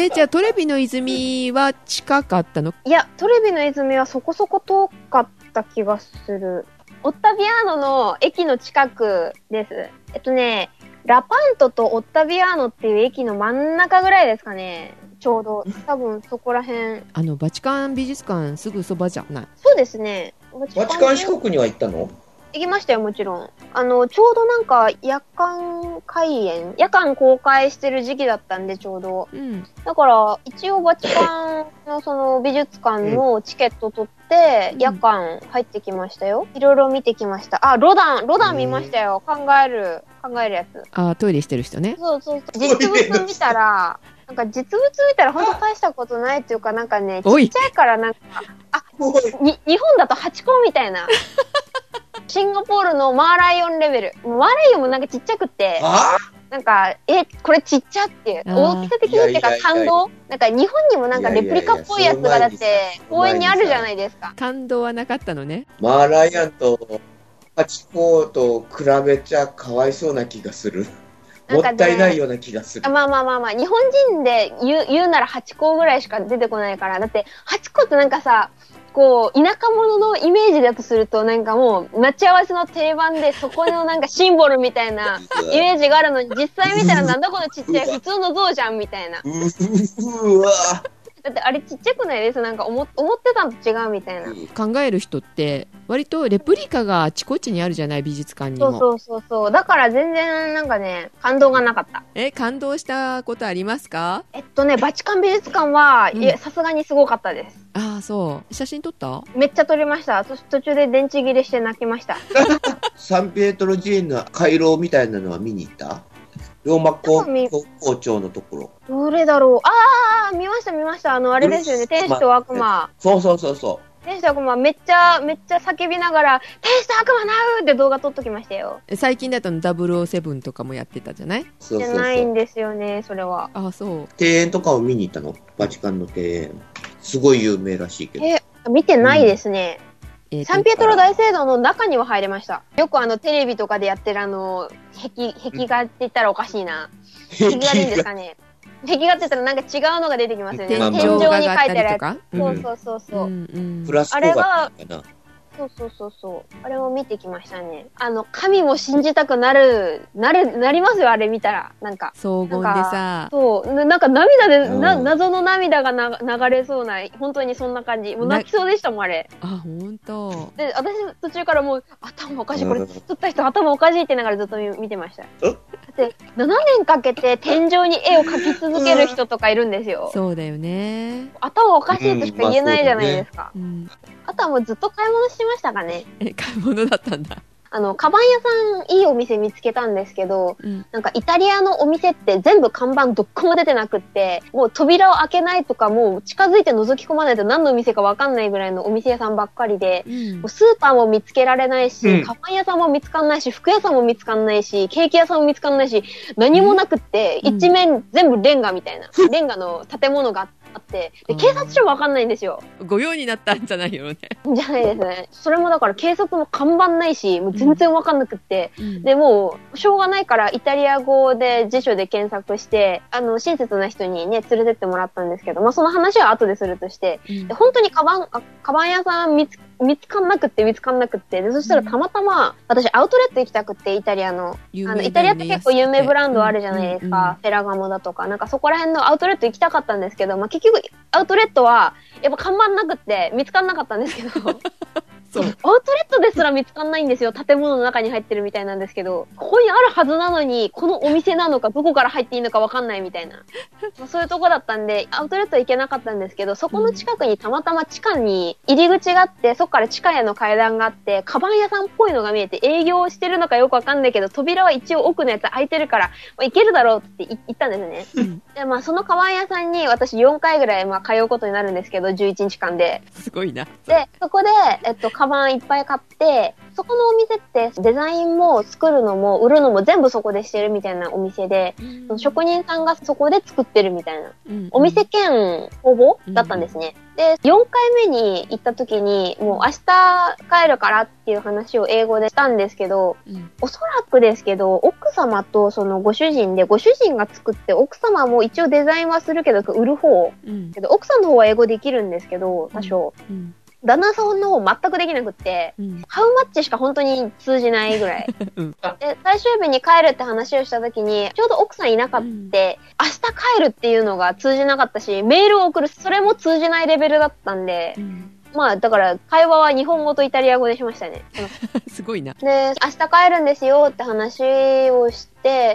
じゃあトレビの泉は近かったの？ いや、トレビの泉はそこそこ遠かった気がする。オッタビアーノの駅の近くです。ラパントとオッタビアーノっていう駅の真ん中ぐらいですかね。ちょうど。多分そこら辺。 バチカン美術館すぐそばじゃない？ そうですね。 バチカン四国には行ったの？ 行きましたよ、もちろん。ちょうどなんか、夜間公開してる時期だったんで、ちょうど。うん。だから、一応バチカンのその美術館のチケット取って、夜間入ってきましたよ。いろいろ見てきました。ロダン見ましたよ。考えるやつ。 トイレしてる人ね。 そう。実物見たら、ほんと大したことないっていうか、なんかね、ちっちゃいからなんか、日本だとハチ公みたいな。シンガポールのマーライオンレベル。マーライオンもなんかちっちゃくって、なんか、これちっちゃっていう。大きさ的にっていうか感動？なんか日本にもなんかレプリカっぽいやつがだって公園にあるじゃないですか。 感動はなかったのね。 マーライオンとハチ公と比べちゃかわいそうな気がする。もったいないような気がする。 まあ。日本人で言うならハチ公ぐらいしか出てこないから。だって、ハチ公ってなんかさ、こう、田舎者のイメージだとすると、なんかもう、待ち合わせの定番で、そこのなんかシンボルみたいなイメージがあるのに、実際見たらなんだこのちっちゃい普通の像じゃんみたいな。うわだってあれちっちゃくないです？なんか思ってたのと違うみたいな。 考える人って、割とレプリカがあちこちにあるじゃない、美術館にも。 そう。だから全然なんかね、感動がなかった。 感動したことありますか？ バチカン美術館は、さすがにすごかったです。 そう。写真撮った？ めっちゃ撮りました。途中で電池切れして泣きました。 サンピエトロ寺院の回廊みたいなのは見に行った？ローマ校長のところ。 どれだろう？見ました。あれですよね。天使と悪魔。 そう。 天使と悪魔めっちゃ叫びながら、天使と悪魔なうって動画撮っときましたよ。 最近だと007とかもやってたじゃない？ そう。じゃないんですよね、それは。 そう。 庭園とかを見に行ったの？バチカンの庭園。すごい有名らしいけど。 見てないですね。サンピエトロ大聖堂の中には入れました。よくテレビとかでやってる壁画って言ったらおかしいな。壁画でいいんですかね。壁画って言ったらなんか違うのが出てきますよね。天井に書いてあるやつ。そう。 プラスコーがかな。 そう。あれを見てきましたね。神も信じたくなりますよ、あれ見たら。なんか。 荘厳でさ。 そう。なんか涙で、謎の涙が流れそうな、本当にそんな感じ。もう泣きそうでしたもん、あれ。 ほんと。 で、私途中からもう、頭おかしい。これ、撮った人頭おかしいって言いながらずっと見てました。だって、7年かけて天井に絵を描き続ける人とかいるんですよ。 そうだよね。 頭おかしいとしか言えないじゃないですか。あとはもうずっと買い物してましたかね。 買い物だったんだ。 カバン屋さんいいお店見つけたんですけど、なんかイタリアのお店って全部看板どっこも出てなくって、もう扉を開けないとか、もう近づいて覗き込まないと何のお店かわかんないぐらいのお店屋さんばっかりで、もうスーパーも見つけられないし、カバン屋さんも見つかんないし、服屋さんも見つかんないし、ケーキ屋さんも見つかんないし、何もなくって、一面全部レンガみたいな、レンガの建物があって、で、警察署もわかんないんですよ。 御用になったんじゃないよね。 じゃないですね。それもだから警察も看板ないし、もう全然わかんなくって、で、もう、しょうがないからイタリア語で辞書で検索して、親切な人にね、連れてってもらったんですけど、まあ、その話は後でするとして、で本当にカバン屋さん見つかんなくって、で、そしたらたまたま、私アウトレット行きたくって、イタリアの。イタリアって結構有名ブランドあるじゃないですか。フェラガモだとか、なんかそこら辺のアウトレット行きたかったんですけど、まあ、結局、アウトレットは、やっぱ看板なくって、見つかんなかったんですけど。 アウトレットですら見つかんないんですよ。建物の中に入ってるみたいなんですけど、ここにあるはずなのに、このお店なのか、どこから入っていいのかわかんないみたいな。そういうとこだったんで、アウトレット行けなかったんですけど、そこの近くにたまたま地下に入り口があって、そこから地下への階段があって、カバン屋さんっぽいのが見えて、営業してるのかよくわかんないけど、扉は一応奥のやつ開いてるから、行けるだろうって言ったんですね。で、そのカバン屋さんに私4回ぐらい通うことになるんですけど、11日間で。 すごいな。 で、そこで、カバンいっぱい買って、そこのお店ってデザインも作るのも売るのも全部そこでしてるみたいなお店で、職人さんがそこで作ってるみたいな、お店兼工房だったんですね。で、4回目に行った時に、もう明日帰るからっていう話を英語でしたんですけど、おそらくですけど、奥様とそのご主人で、ご主人が作って奥様も一応デザインはするけど、売る方、けど奥さんの方は英語できるんですけど、多少。旦那さんの方全くできなくって、ハウマッチしか本当に通じないぐらい。で、最終日に帰るって話をした時に、ちょうど奥さんいなかった、明日帰るっていうのが通じなかったし、メールを送る、それも通じないレベルだったんで、だから会話は日本語とイタリア語でしましたね。 すごいな。 で、明日帰るんですよって話をして、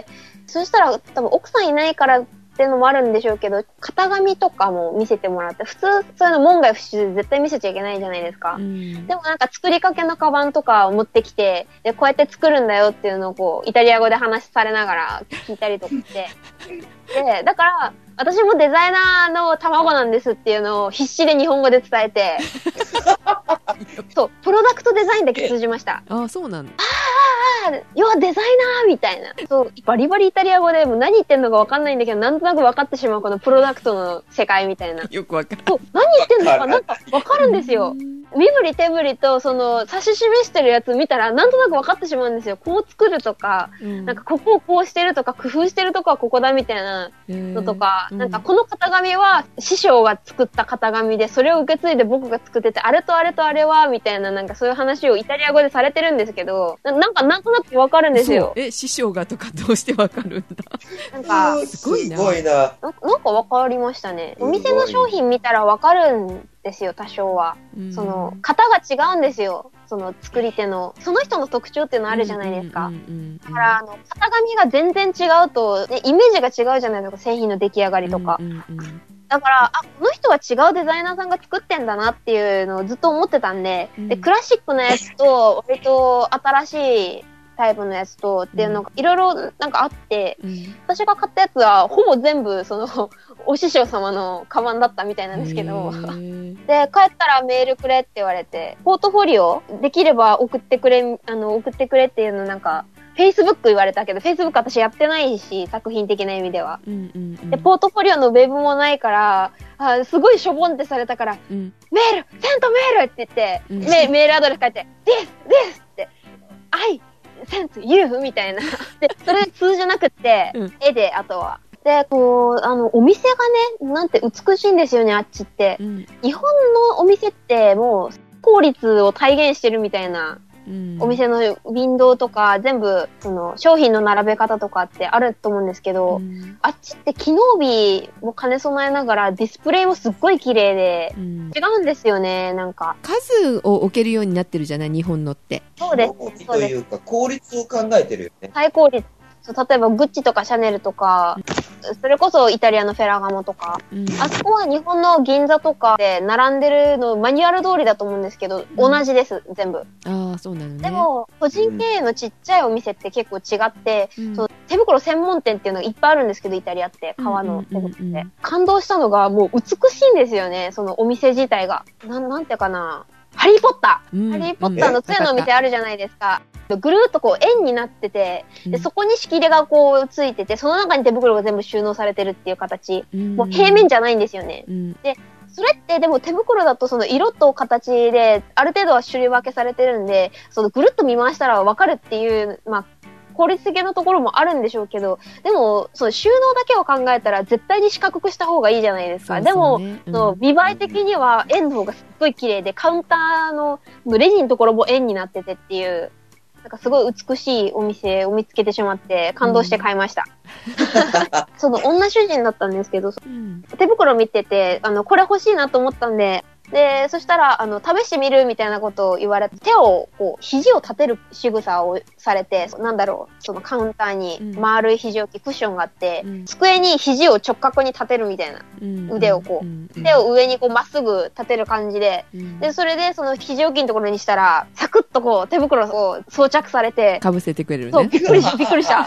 そしたら多分奥さんいないからっていうのもあるんでしょうけど、型紙とかも見せてもらって、普通そういうの門外不出で絶対見せちゃいけないじゃないですか。でも作りかけのカバンとかを持ってきて、で、こうやって作るんだよっていうのをイタリア語で話されながら聞いたりとかして。で、だから、私もデザイナーの卵なんですっていうのを必死で日本語で伝えて、そう、プロダクトデザインだけ通じました。 ああ、そうなんだ。 要はデザイナーみたいな。そう、バリバリイタリア語でもう何言ってんのか分かんないんだけど、なんとなく分かってしまうこのプロダクトの世界みたいな。 よく分かる。 そう、何言ってんのかなんか分かるんですよ。身振り手振りと、その、指し示してるやつ見たら、なんとなく分かってしまうんですよ。こう作るとか、ここをこうしてるとか、工夫してるとこはここだみたいなのとか、この型紙は師匠が作った型紙で、それを受け継いで僕が作ってて、あれとあれとあれは、みたいな、そういう話をイタリア語でされてるんですけど、なんとなく分かるんですよ。 師匠がとかどうして分かるんだ。すごいな。 なんか分かりましたね。お店の商品見たら分かるんですよ、多少は。その、型が違うんですよ。その作り手の。その人の特徴っていうのあるじゃないですか。だから、型紙が全然違うと、ね、イメージが違うじゃないですか、製品の出来上がりとか。だから、この人は違うデザイナーさんが作ってんだなっていうのをずっと思ってたんで、で、クラシックなやつと、割と新しいタイプのやつとっていうのがいろいろあって、私が買ったやつはほぼ全部そのお師匠様のカバンだったみたいなんですけど、で、帰ったらメールくれって言われて、ポートフォリオできれば送ってくれっていうのFacebook 言われたけど、Facebook 私やってないし、作品的な意味では。で、ポートフォリオのウェブもないから、すごいしょぼんってされたから、メールセントメールって言って、メールアドレス書いて、this って、セントユーみたいな。で、それ通じなくって、絵で、あとは。で、お店がね、なんて美しいんですよね、あっちって。日本のお店ってもう、効率を体現してるみたいな、お店のウィンドウとか、全部、その、商品の並べ方とかってあると思うんですけど、あっちって機能美も兼ね備えながら、ディスプレイもすっごい綺麗で、違うんですよね、 数を置けるようになってるじゃない、日本のって。 そうです。 というか、効率を考えてるよね。 最効率。例えば、グッチとかシャネルとか、それこそイタリアのフェラガモとか、あそこは日本の銀座とかで並んでるのマニュアル通りだと思うんですけど、同じです、全部。 ああ、そうなのね。 でも、個人経営のちっちゃいお店って結構違って、手袋専門店っていうのがいっぱいあるんですけど、イタリアって、革の手袋で。感動したのが、もう美しいんですよね、そのお店自体が。なんていうかな。ハリーポッター、ハリーポッターの杖のお店あるじゃないですか。ぐるーっと円になってて、で、そこに仕切りがついてて、その中に手袋が全部収納されてるっていう形。もう平面じゃないんですよね。で、それってでも手袋だとその色と形で、ある程度は種類分けされてるんで、そのぐるっと見回したらわかるっていう、効率的なところもあるんでしょうけど、でも、その収納だけを考えたら絶対に四角くした方がいいじゃないですか。でも、見栄え的には円の方がすっごい綺麗で、カウンターのレジのところも円になっててっていう、すごい美しいお店を見つけてしまって感動して買いました。その女主人だったんですけど、手袋見てて、これ欲しいなと思ったんで、 で、そしたら、試してみるみたいなことを言われて、手を、肘を立てる仕草をされて、なんだろう、そのカウンターに丸い肘置き、クッションがあって、机に肘を直角に立てるみたいな、腕を手を上にまっすぐ立てる感じで、で、それで、その肘置きのところにしたら、サクッと手袋を装着されて、 かぶせてくれるね。 そう、びっくりした。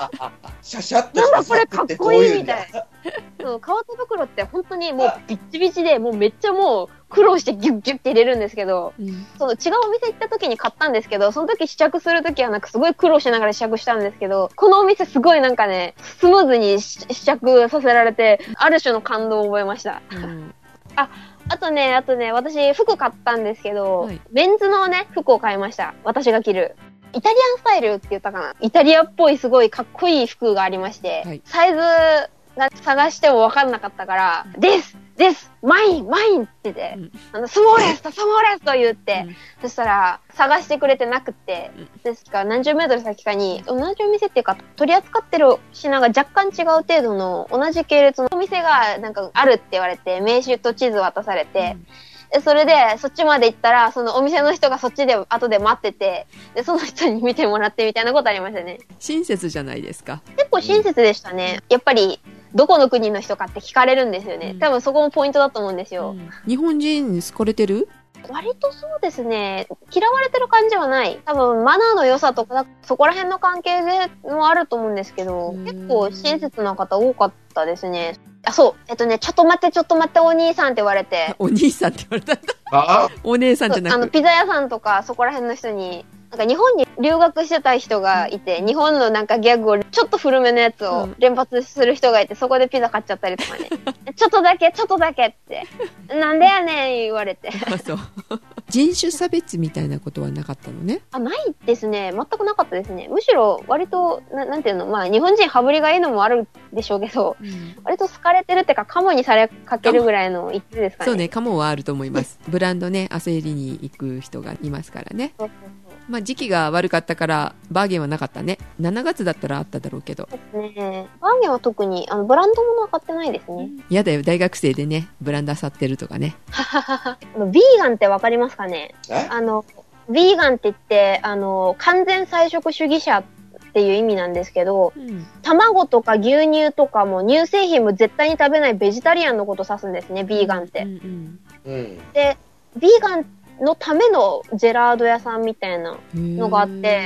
シャシャッとなんだこれかっこいいみたいな。革手袋って本当にもうビッチビチで、もうめっちゃもう苦労してギュッギュッって入れるんですけど、その違うお店行った時に買ったんですけど、その時試着する時はなんかすごい苦労しながら試着したんですけど、このお店すごいなんかね、スムーズに試着させられて、ある種の感動を覚えました。あとね、私服買ったんですけど、メンズのね、服を買いました。私が着る。イタリアンスタイルって言ったかな。イタリアっぽいすごいかっこいい服がありまして、サイズが探しても分かんなかったから、ですマインって言って、スモーレスと言って、そしたら探してくれてなくて、ですから何十メートル先かに、同じお店っていうか取り扱ってる品が若干違う程度の同じ系列のお店がなんかあるって言われて、名刺と地図渡されて、それで、そっちまで行ったら、そのお店の人がそっちで後で待ってて、で、その人に見てもらってみたいなことありましたね。 親切じゃないですか。 結構親切でしたね。やっぱり、どこの国の人かって聞かれるんですよね。多分そこもポイントだと思うんですよ。 日本人好かれてる？ 割とそうですね。嫌われてる感じはない。多分マナーの良さとか、そこら辺の関係でもあると思うんですけど、結構親切な方多かったですね。そう。ちょっと待って、お兄さんって言われて。 お兄さんって言われた。お姉さんじゃなくて。 ピザ屋さんとか、そこら辺の人に、なんか日本に留学してた人がいて、日本のなんかギャグをちょっと古めのやつを連発する人がいて、そこでピザ買っちゃったりとかね。ちょっとだけって。なんでやねん言われて。 そう。人種差別みたいなことはなかったのね。 ないですね。全くなかったですね。むしろ割と、なんていうの、まあ日本人羽振りがいいのもあるでしょうけど、割と好かれてるってか、カモにされかけるぐらいの一致ですかね。 そうね、カモはあると思います。ブランドね、焦りに行く人がいますからね。まあ時期が悪かったからバーゲンはなかったね。7月だったらあっただろうけど。 ね、バーゲンは特にブランド物は買ってないですね。 やだよ、大学生でね、ブランド漁ってるとかね。 ビーガンってわかりますかね？ビーガンって言って、完全菜食主義者っていう意味なんですけど、卵とか牛乳とかも乳製品も絶対に食べないベジタリアンのことを指すんですね、ビーガンって。で、ビーガンのためのジェラード屋さんみたいなのがあって、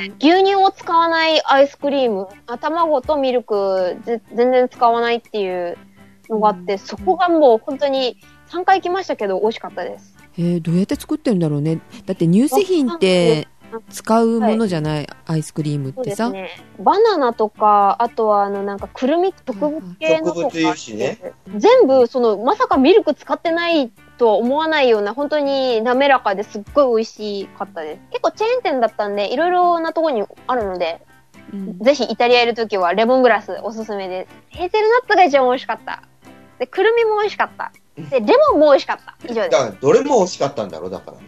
牛乳を使わないアイスクリーム、卵とミルク全然使わないっていうのがあって、そこがもう本当に3回来ましたけど美味しかったです。 どうやって作ってるんだろうね。だって乳製品って使うものじゃない、アイスクリームってさ。そうですね。 バナナとか、あとはなんかくるみ植物系のとか、全部まさかミルク使ってないとは思わないような本当に滑らかですっごい美味しかったです。結構チェーン店だったんでいろいろなところにあるので、ぜひイタリアいるときはレモングラスおすすめです。ヘーゼルナッツが一番美味しかった。で、くるみも美味しかった。で、レモンも美味しかった。以上です。 だからどれも美味しかったんだろう、だから。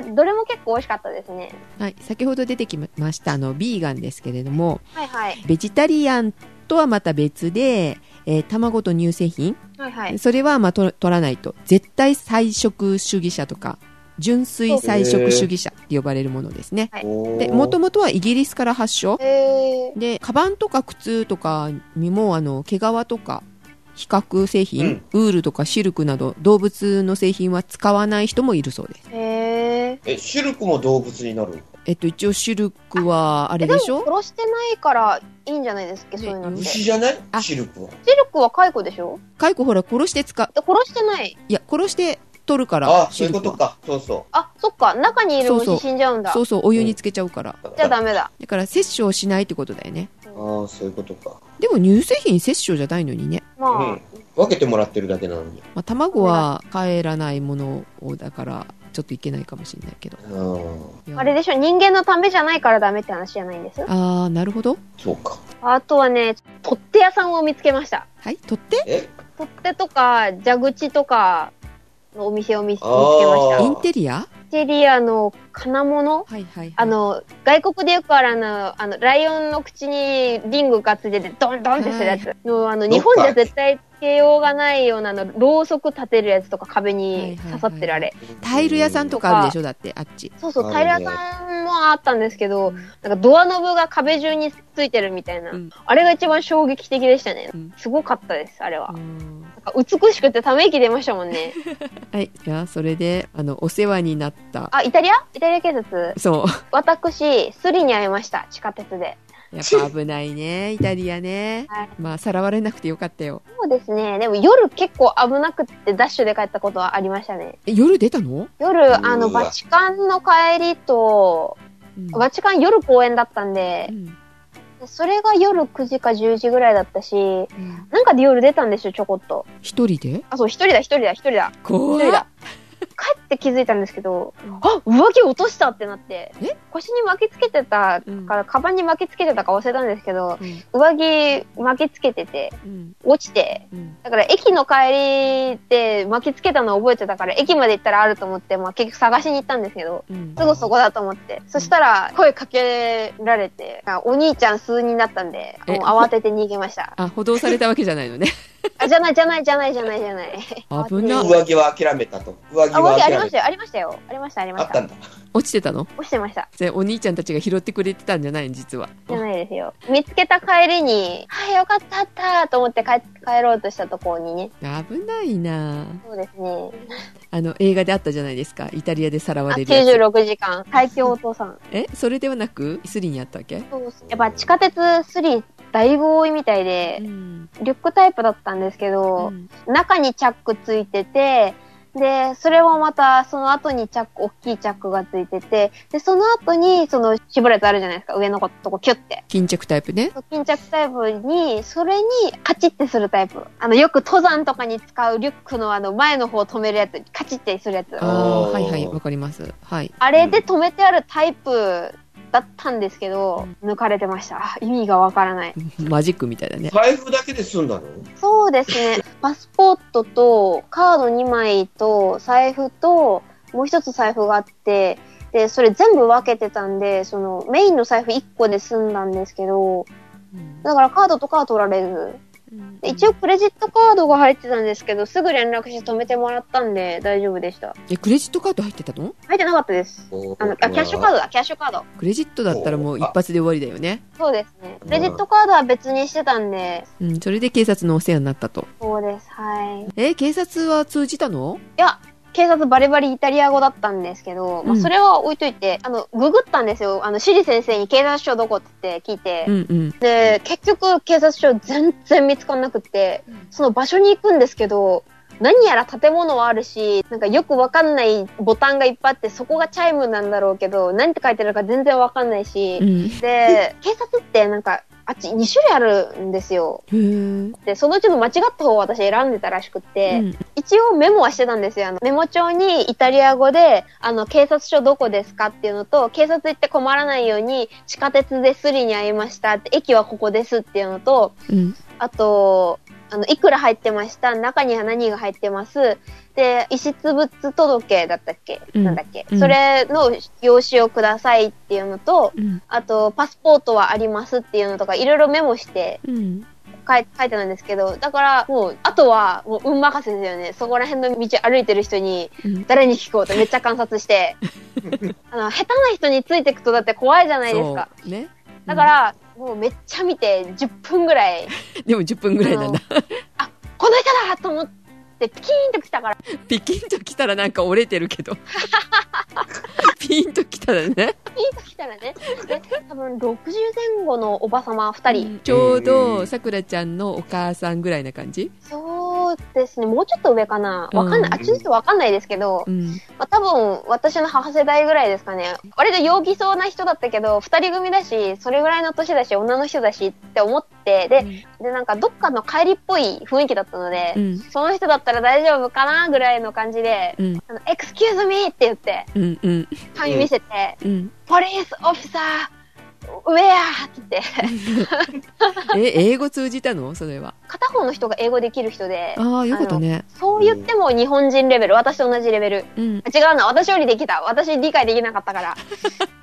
どれも結構美味しかったですね。 はい、先ほど出てきましたビーガンですけれども、 はいはい。 ベジタリアンとはまた別で、卵と乳製品、 はいはい、 それは取らないと。絶対菜食主義者とか純粋菜食主義者って呼ばれるものですね。で、もともとはイギリスから発祥で、カバンとか靴とかにも毛皮とか皮革製品、ウールとかシルクなど動物の製品は使わない人もいるそうです。 シルクも動物になる？ 一応シルクはあれでしょ？ でも殺してないからいいんじゃないですか、そういうのって。 牛じゃない？シルクは。 シルクは蚕でしょ？ 蚕ほら殺して殺してない。 いや、殺して取るから。 そういうことか。そうそう。 そっか。中にいる虫死んじゃうんだ。 そう、お湯につけちゃうから。 じゃあダメだ。 だから摂取をしないってことだよね。 そういうことか。 でも乳製品摂取じゃないのにね。 分けてもらってるだけなのに。 卵は帰らないものをだからちょっといけないかもしれないけど。 あれでしょ、人間のためじゃないからダメって話じゃないんです。 なるほど。 そうか。 あとはね、取っ手屋さんを見つけました。 はい、取っ手？ 取っ手とか蛇口とかのお店を見つけました。 インテリア？ インテリアの金物？外国でよくあるライオンの口にリングがついててドンドンってするやつの、日本じゃ絶対けようがないようなろうそく立てるやつとか壁に刺さってるあれ。 タイル屋さんとかあるでしょだって、あっち。 そうそう、タイル屋さんもあったんですけど、なんかドアノブが壁中についてるみたいな。あれが一番衝撃的でしたね。すごかったです、あれは。なんか美しくてため息出ましたもんね。 はい。じゃあ、それで、お世話になった。 あ、イタリア警察？ そう。 私、スリに会いました、地下鉄で。 やっぱ危ないね、イタリアね。はい、まあ、さらわれなくてよかったよ。 そうですね。でも夜結構危なくってダッシュで帰ったことはありましたね。 夜出たの？ 夜、バチカンの帰りと、バチカン夜公演だったんで、それが夜9時か10時ぐらいだったし、なんかで夜出たんですよ、ちょこっと。 一人で？ あ、そう、一人だ。 怖い。 帰って気づいたんですけど、あ、上着落としたってなって、腰に巻きつけてたから、カバンに巻きつけてたか忘れたんですけど、上着巻きつけてて、落ちて、だから駅の帰りで巻きつけたのを覚えてたから、駅まで行ったらあると思って、まあ結局探しに行ったんですけど、すぐそこだと思って、そしたら声かけられて、お兄ちゃん数人だったんで、もう慌てて逃げました。 あ、補導されたわけじゃないのね。 あ、じゃない。 危ない。 上着は諦めたと。上着はありましたよ。 あったんだ。 落ちてたの？ 落ちてました。 お兄ちゃんたちが拾ってくれてたんじゃないの実は。 じゃないですよ。見つけた帰りに、はい、よかったと思って帰ろうとしたところにね。 危ないな。 そうですね。 映画であったじゃないですか。イタリアでさらわれるやつ。 96時間。最強お父さん。 それではなく、スリにあったわけ？ そう。やっぱ地下鉄スリだいぶ多いみたいで、リュックタイプだったんですけど、中にチャックついてて、で、それもまた、その後に大きいチャックがついてて、で、その後に、絞るやつあるじゃないですか、上のとこキュッて。 巾着タイプね。 巾着タイプに、それに、カチッてするタイプ。よく登山とかに使うリュックの前の方を止めるやつ、カチッてするやつ。 はい、わかります。はい。 あれで止めてあるタイプ、だったんですけど、抜かれてました。意味がわからない。 マジックみたいだね。 財布だけで済んだの？ そうですね。パスポートと、カード2枚と、財布と、もう一つ財布があって、で、それ全部分けてたんで、メインの財布1個で済んだんですけど、だからカードとかは取られず。一応クレジットカードが入ってたんですけど、すぐ連絡して止めてもらったんで大丈夫でした。 クレジットカード入ってたの？ 入ってなかったです。キャッシュカード。 クレジットだったらもう一発で終わりだよね。 そうですね。クレジットカードは別にしてたんで。 それで警察のお世話になったと。 そうです、はい。 警察は通じたの？ いや、警察バリバリイタリア語だったんですけど、まあ、それは置いといて、ググったんですよ。シリ先生に警察署どこって聞いて、で、結局警察署全然見つかんなくって、その場所に行くんですけど、何やら建物はあるし、なんかよくわかんないボタンがいっぱいあって、そこがチャイムなんだろうけど、何って書いてあるか全然わかんないし、で、警察ってなんか、あっち2種類あるんですよ。で、そのうちの間違った方を私選んでたらしくって、一応メモはしてたんですよ。メモ帳にイタリア語で、警察署どこですかっていうのと、警察行って困らないように、地下鉄でスリに会いましたって、駅はここですっていうのと、あと、いくら入ってました？中には何が入ってます？で、遺失物届だったっけ？なんだっけ？それの用紙をくださいっていうのと、あと、パスポートはありますっていうのとか、いろいろメモして、書いてたんですけど、だから、もう、あとは、もう、運任せですよね。そこら辺の道歩いてる人に、誰に聞こうとめっちゃ観察して、下手な人についていくとだって怖いじゃないですか。ね。だから、もうめっちゃ見て、10分ぐらい。 でも10分ぐらいなんだ。 あ、この人だと思って、ピキーンと来たから。 ピキンと来たらなんか折れてるけど。ピンと来たらね。 ピンと来たらね。で、多分60前後のおばさま2人。 ちょうど、さくらちゃんのお母さんぐらいな感じ？ そうですね。もうちょっと上かな。わかんない。あっちの人わかんないですけど、まあ、多分私の母世代ぐらいですかね。割と陽気そうな人だったけど、2人組だし、それぐらいの年だし、女の人だしって思って、で、なんかどっかの帰りっぽい雰囲気だったので、その人だったら大丈夫かなぐらいの感じで、excuse me って言って、紙見せて、ポリスオフィサー、ウェアって言って。 英語通じたの？それは。 片方の人が英語できる人で。 ああ、よかったね。 そう言っても日本人レベル、私と同じレベル。違うな、私よりできた。私理解できなかったから。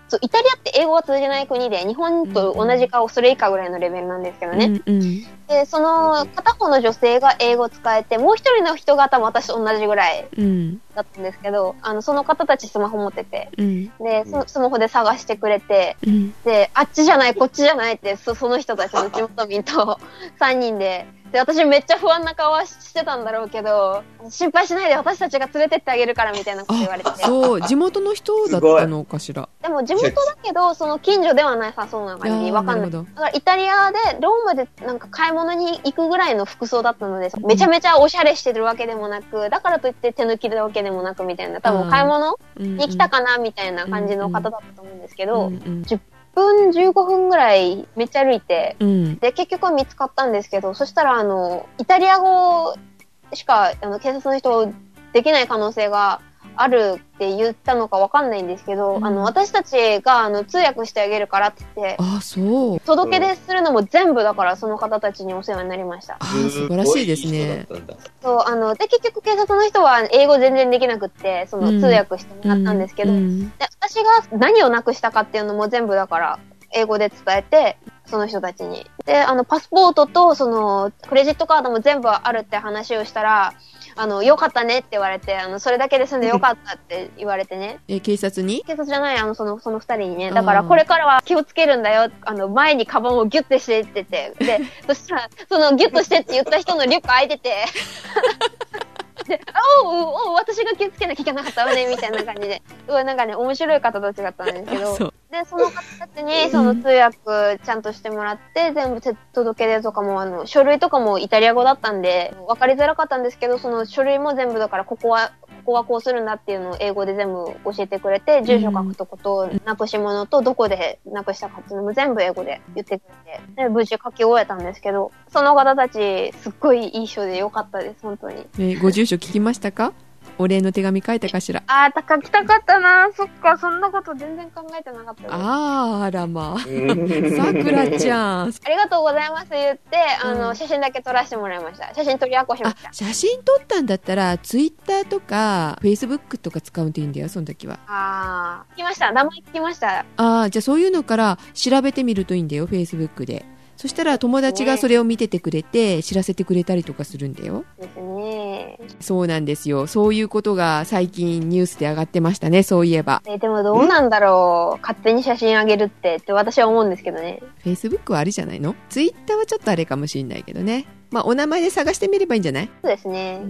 そうイタリアって英語が通じない国で、日本と同じかそれ以下ぐらいのレベルなんですけどね。で、その片方の女性が英語使えて、もう一人の人が多分私と同じぐらいだったんですけど、その方たちスマホ持ってて、で、スマホで探してくれて、で、あっちじゃない、こっちじゃないって、その人たちの地元民と3人で、で、私めっちゃ不安な顔はしてたんだろうけど、心配しないで私たちが連れてってあげるからみたいなこと言われて。 そう、地元の人だったのかしら。 でも地元だけど、その近所ではないさそうな感じ、わかんない。だからイタリアで、ローマでなんか買い物に行くぐらいの服装だったので、めちゃめちゃおしゃれしてるわけでもなく、だからといって手抜きなわけでもなくみたいな、多分買い物に来たかなみたいな感じの方だったと思うんですけど、10分15分ぐらいめっちゃ歩いて、で結局見つかったんですけど、そしたらイタリア語しか警察の人できない可能性があるって言ったのかわかんないんですけど、私たちが通訳してあげるからって言って、 そう。 届け出するのも全部だからその方たちにお世話になりました。 素晴らしいですね。 そう、で結局警察の人は英語全然できなくって、その通訳してもらったんですけど、で私が何をなくしたかっていうのも全部だから英語で伝えて、その人たちに。で、パスポートとそのクレジットカードも全部あるって話をしたら、よかったねって言われて、それだけで済んでよかったって言われてね。 警察に？ 警察じゃない、その二人にね。だから、これからは気をつけるんだよ。前にカバンをギュッてしてってて。で、そしたら、そのギュッとしてって言った人のリュック開いてて。で、私が気をつけなきゃいけなかったわね、みたいな感じで。なんかね、面白い方たちだったんですけど。で、その方たちに、その通訳ちゃんとしてもらって、全部届け出とかも、書類とかもイタリア語だったんで、わかりづらかったんですけど、その書類も全部だから、ここはこうするんだっていうのを英語で全部教えてくれて、住所書くとこと、なくし物とどこでなくしたかっていうのも全部英語で言ってくれて、で、無事書き終えたんですけど、その方たち、すっごいいい人でよかったです、本当に。 ご住所聞きましたか？お礼の手紙書いたかしら？ 書きたかったな。そっか、そんなこと全然考えてなかったです。 あらまあ。さくらちゃん。 ありがとうございます言って、写真だけ撮らせてもらいました。写真撮りあこしました。 写真撮ったんだったら、ツイッターとか、フェイスブックとか使うといいんだよ、その時は。 聞きました。名前聞きました。 じゃあそういうのから調べてみるといいんだよ、フェイスブックで。そしたら友達がそれを見ててくれて、知らせてくれたりとかするんだよ。 ですね。 そうなんですよ。そういうことが最近ニュースで上がってましたね、そういえば。 でもどうなんだろう。勝手に写真あげるって私は思うんですけどね。 フェイスブックはありじゃないの？ツイッターはちょっとあれかもしれないけどね。まあお名前で探してみればいいんじゃない？ そうですね。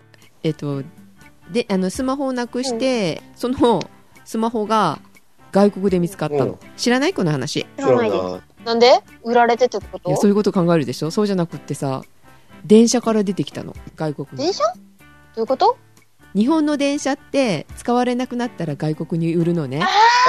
で、スマホをなくして、そのスマホが外国で見つかったの。知らない？この話。 知らないです。なんで？売られてってこと？ いや、そういうこと考えるでしょ。そうじゃなくってさ、電車から出てきたの、外国に。 電車？どういうこと？ 日本の電車って使われなくなったら外国に売るのね。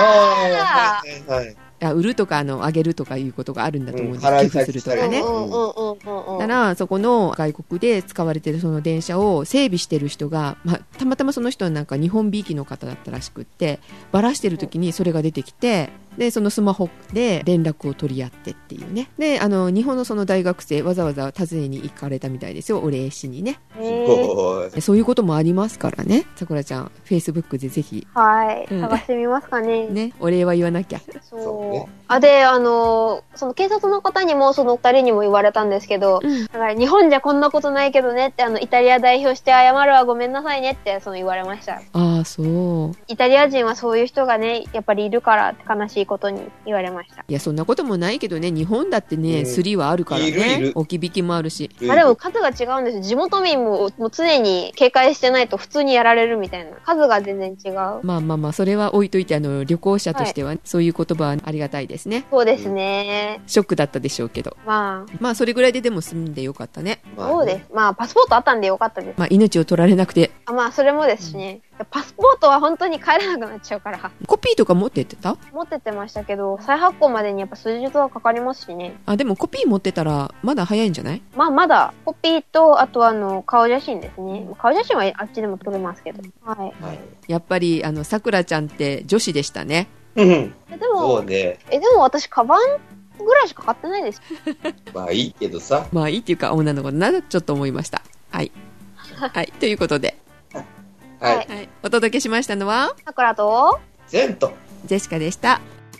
売るとかあげるとかいうことがあるんだと思うんです、寄付するとかね。だからそこの外国で使われてるその電車を整備してる人が、たまたまその人はなんか日本びいきの方だったらしくって、バラしてる時にそれが出てきて、でそのスマホで連絡を取り合ってっていうね。で日本のその大学生わざわざ訪ねに行かれたみたいですよ、お礼しにね。そういうこともありますからね。さくらちゃんフェイスブックでぜひ探してみますかね。 ね、お礼は言わなきゃ。 そうでその警察の方にもその2人にも言われたんですけど、だから日本じゃこんなことないけどねってイタリア代表して謝るわ、ごめんなさいねって言われました。 そう。 イタリア人はそういう人がねやっぱりいるからって悲しいことに言われました。 いやそんなこともないけどね、日本だってね、スリはあるからね、置き引きもあるし。 でも数が違うんですよ。地元民も常に警戒してないと普通にやられるみたいな、数が全然違う。 まあそれは置いといて、旅行者としては、そういう言葉はありがたいですね。 そうですね。 ショックだったでしょうけど、まあそれぐらいでも済んでよかったね。 そうです。パスポートあったんでよかったです。 命を取られなくて。 それもですしね、パスポートは本当に帰れなくなっちゃうから。 コピーとか持ってってた？ 持ってってましたけど、再発行までにやっぱ数日はかかりますしね。 でもコピー持ってたらまだ早いんじゃない？ まだコピーと、あと顔写真ですね。顔写真はあっちでも撮れますけど。 やっぱりさくらちゃんって女子でしたね。 でもでも私カバンぐらいしか買ってないです。 いいけどさ。 いいっていうか女の子だなちょっと思いました。はいということで、お届けしましたのはさくらとゼントジェシカでした。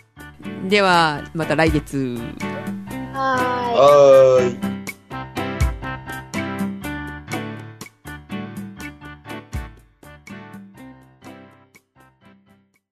ではまた来月。 はーい。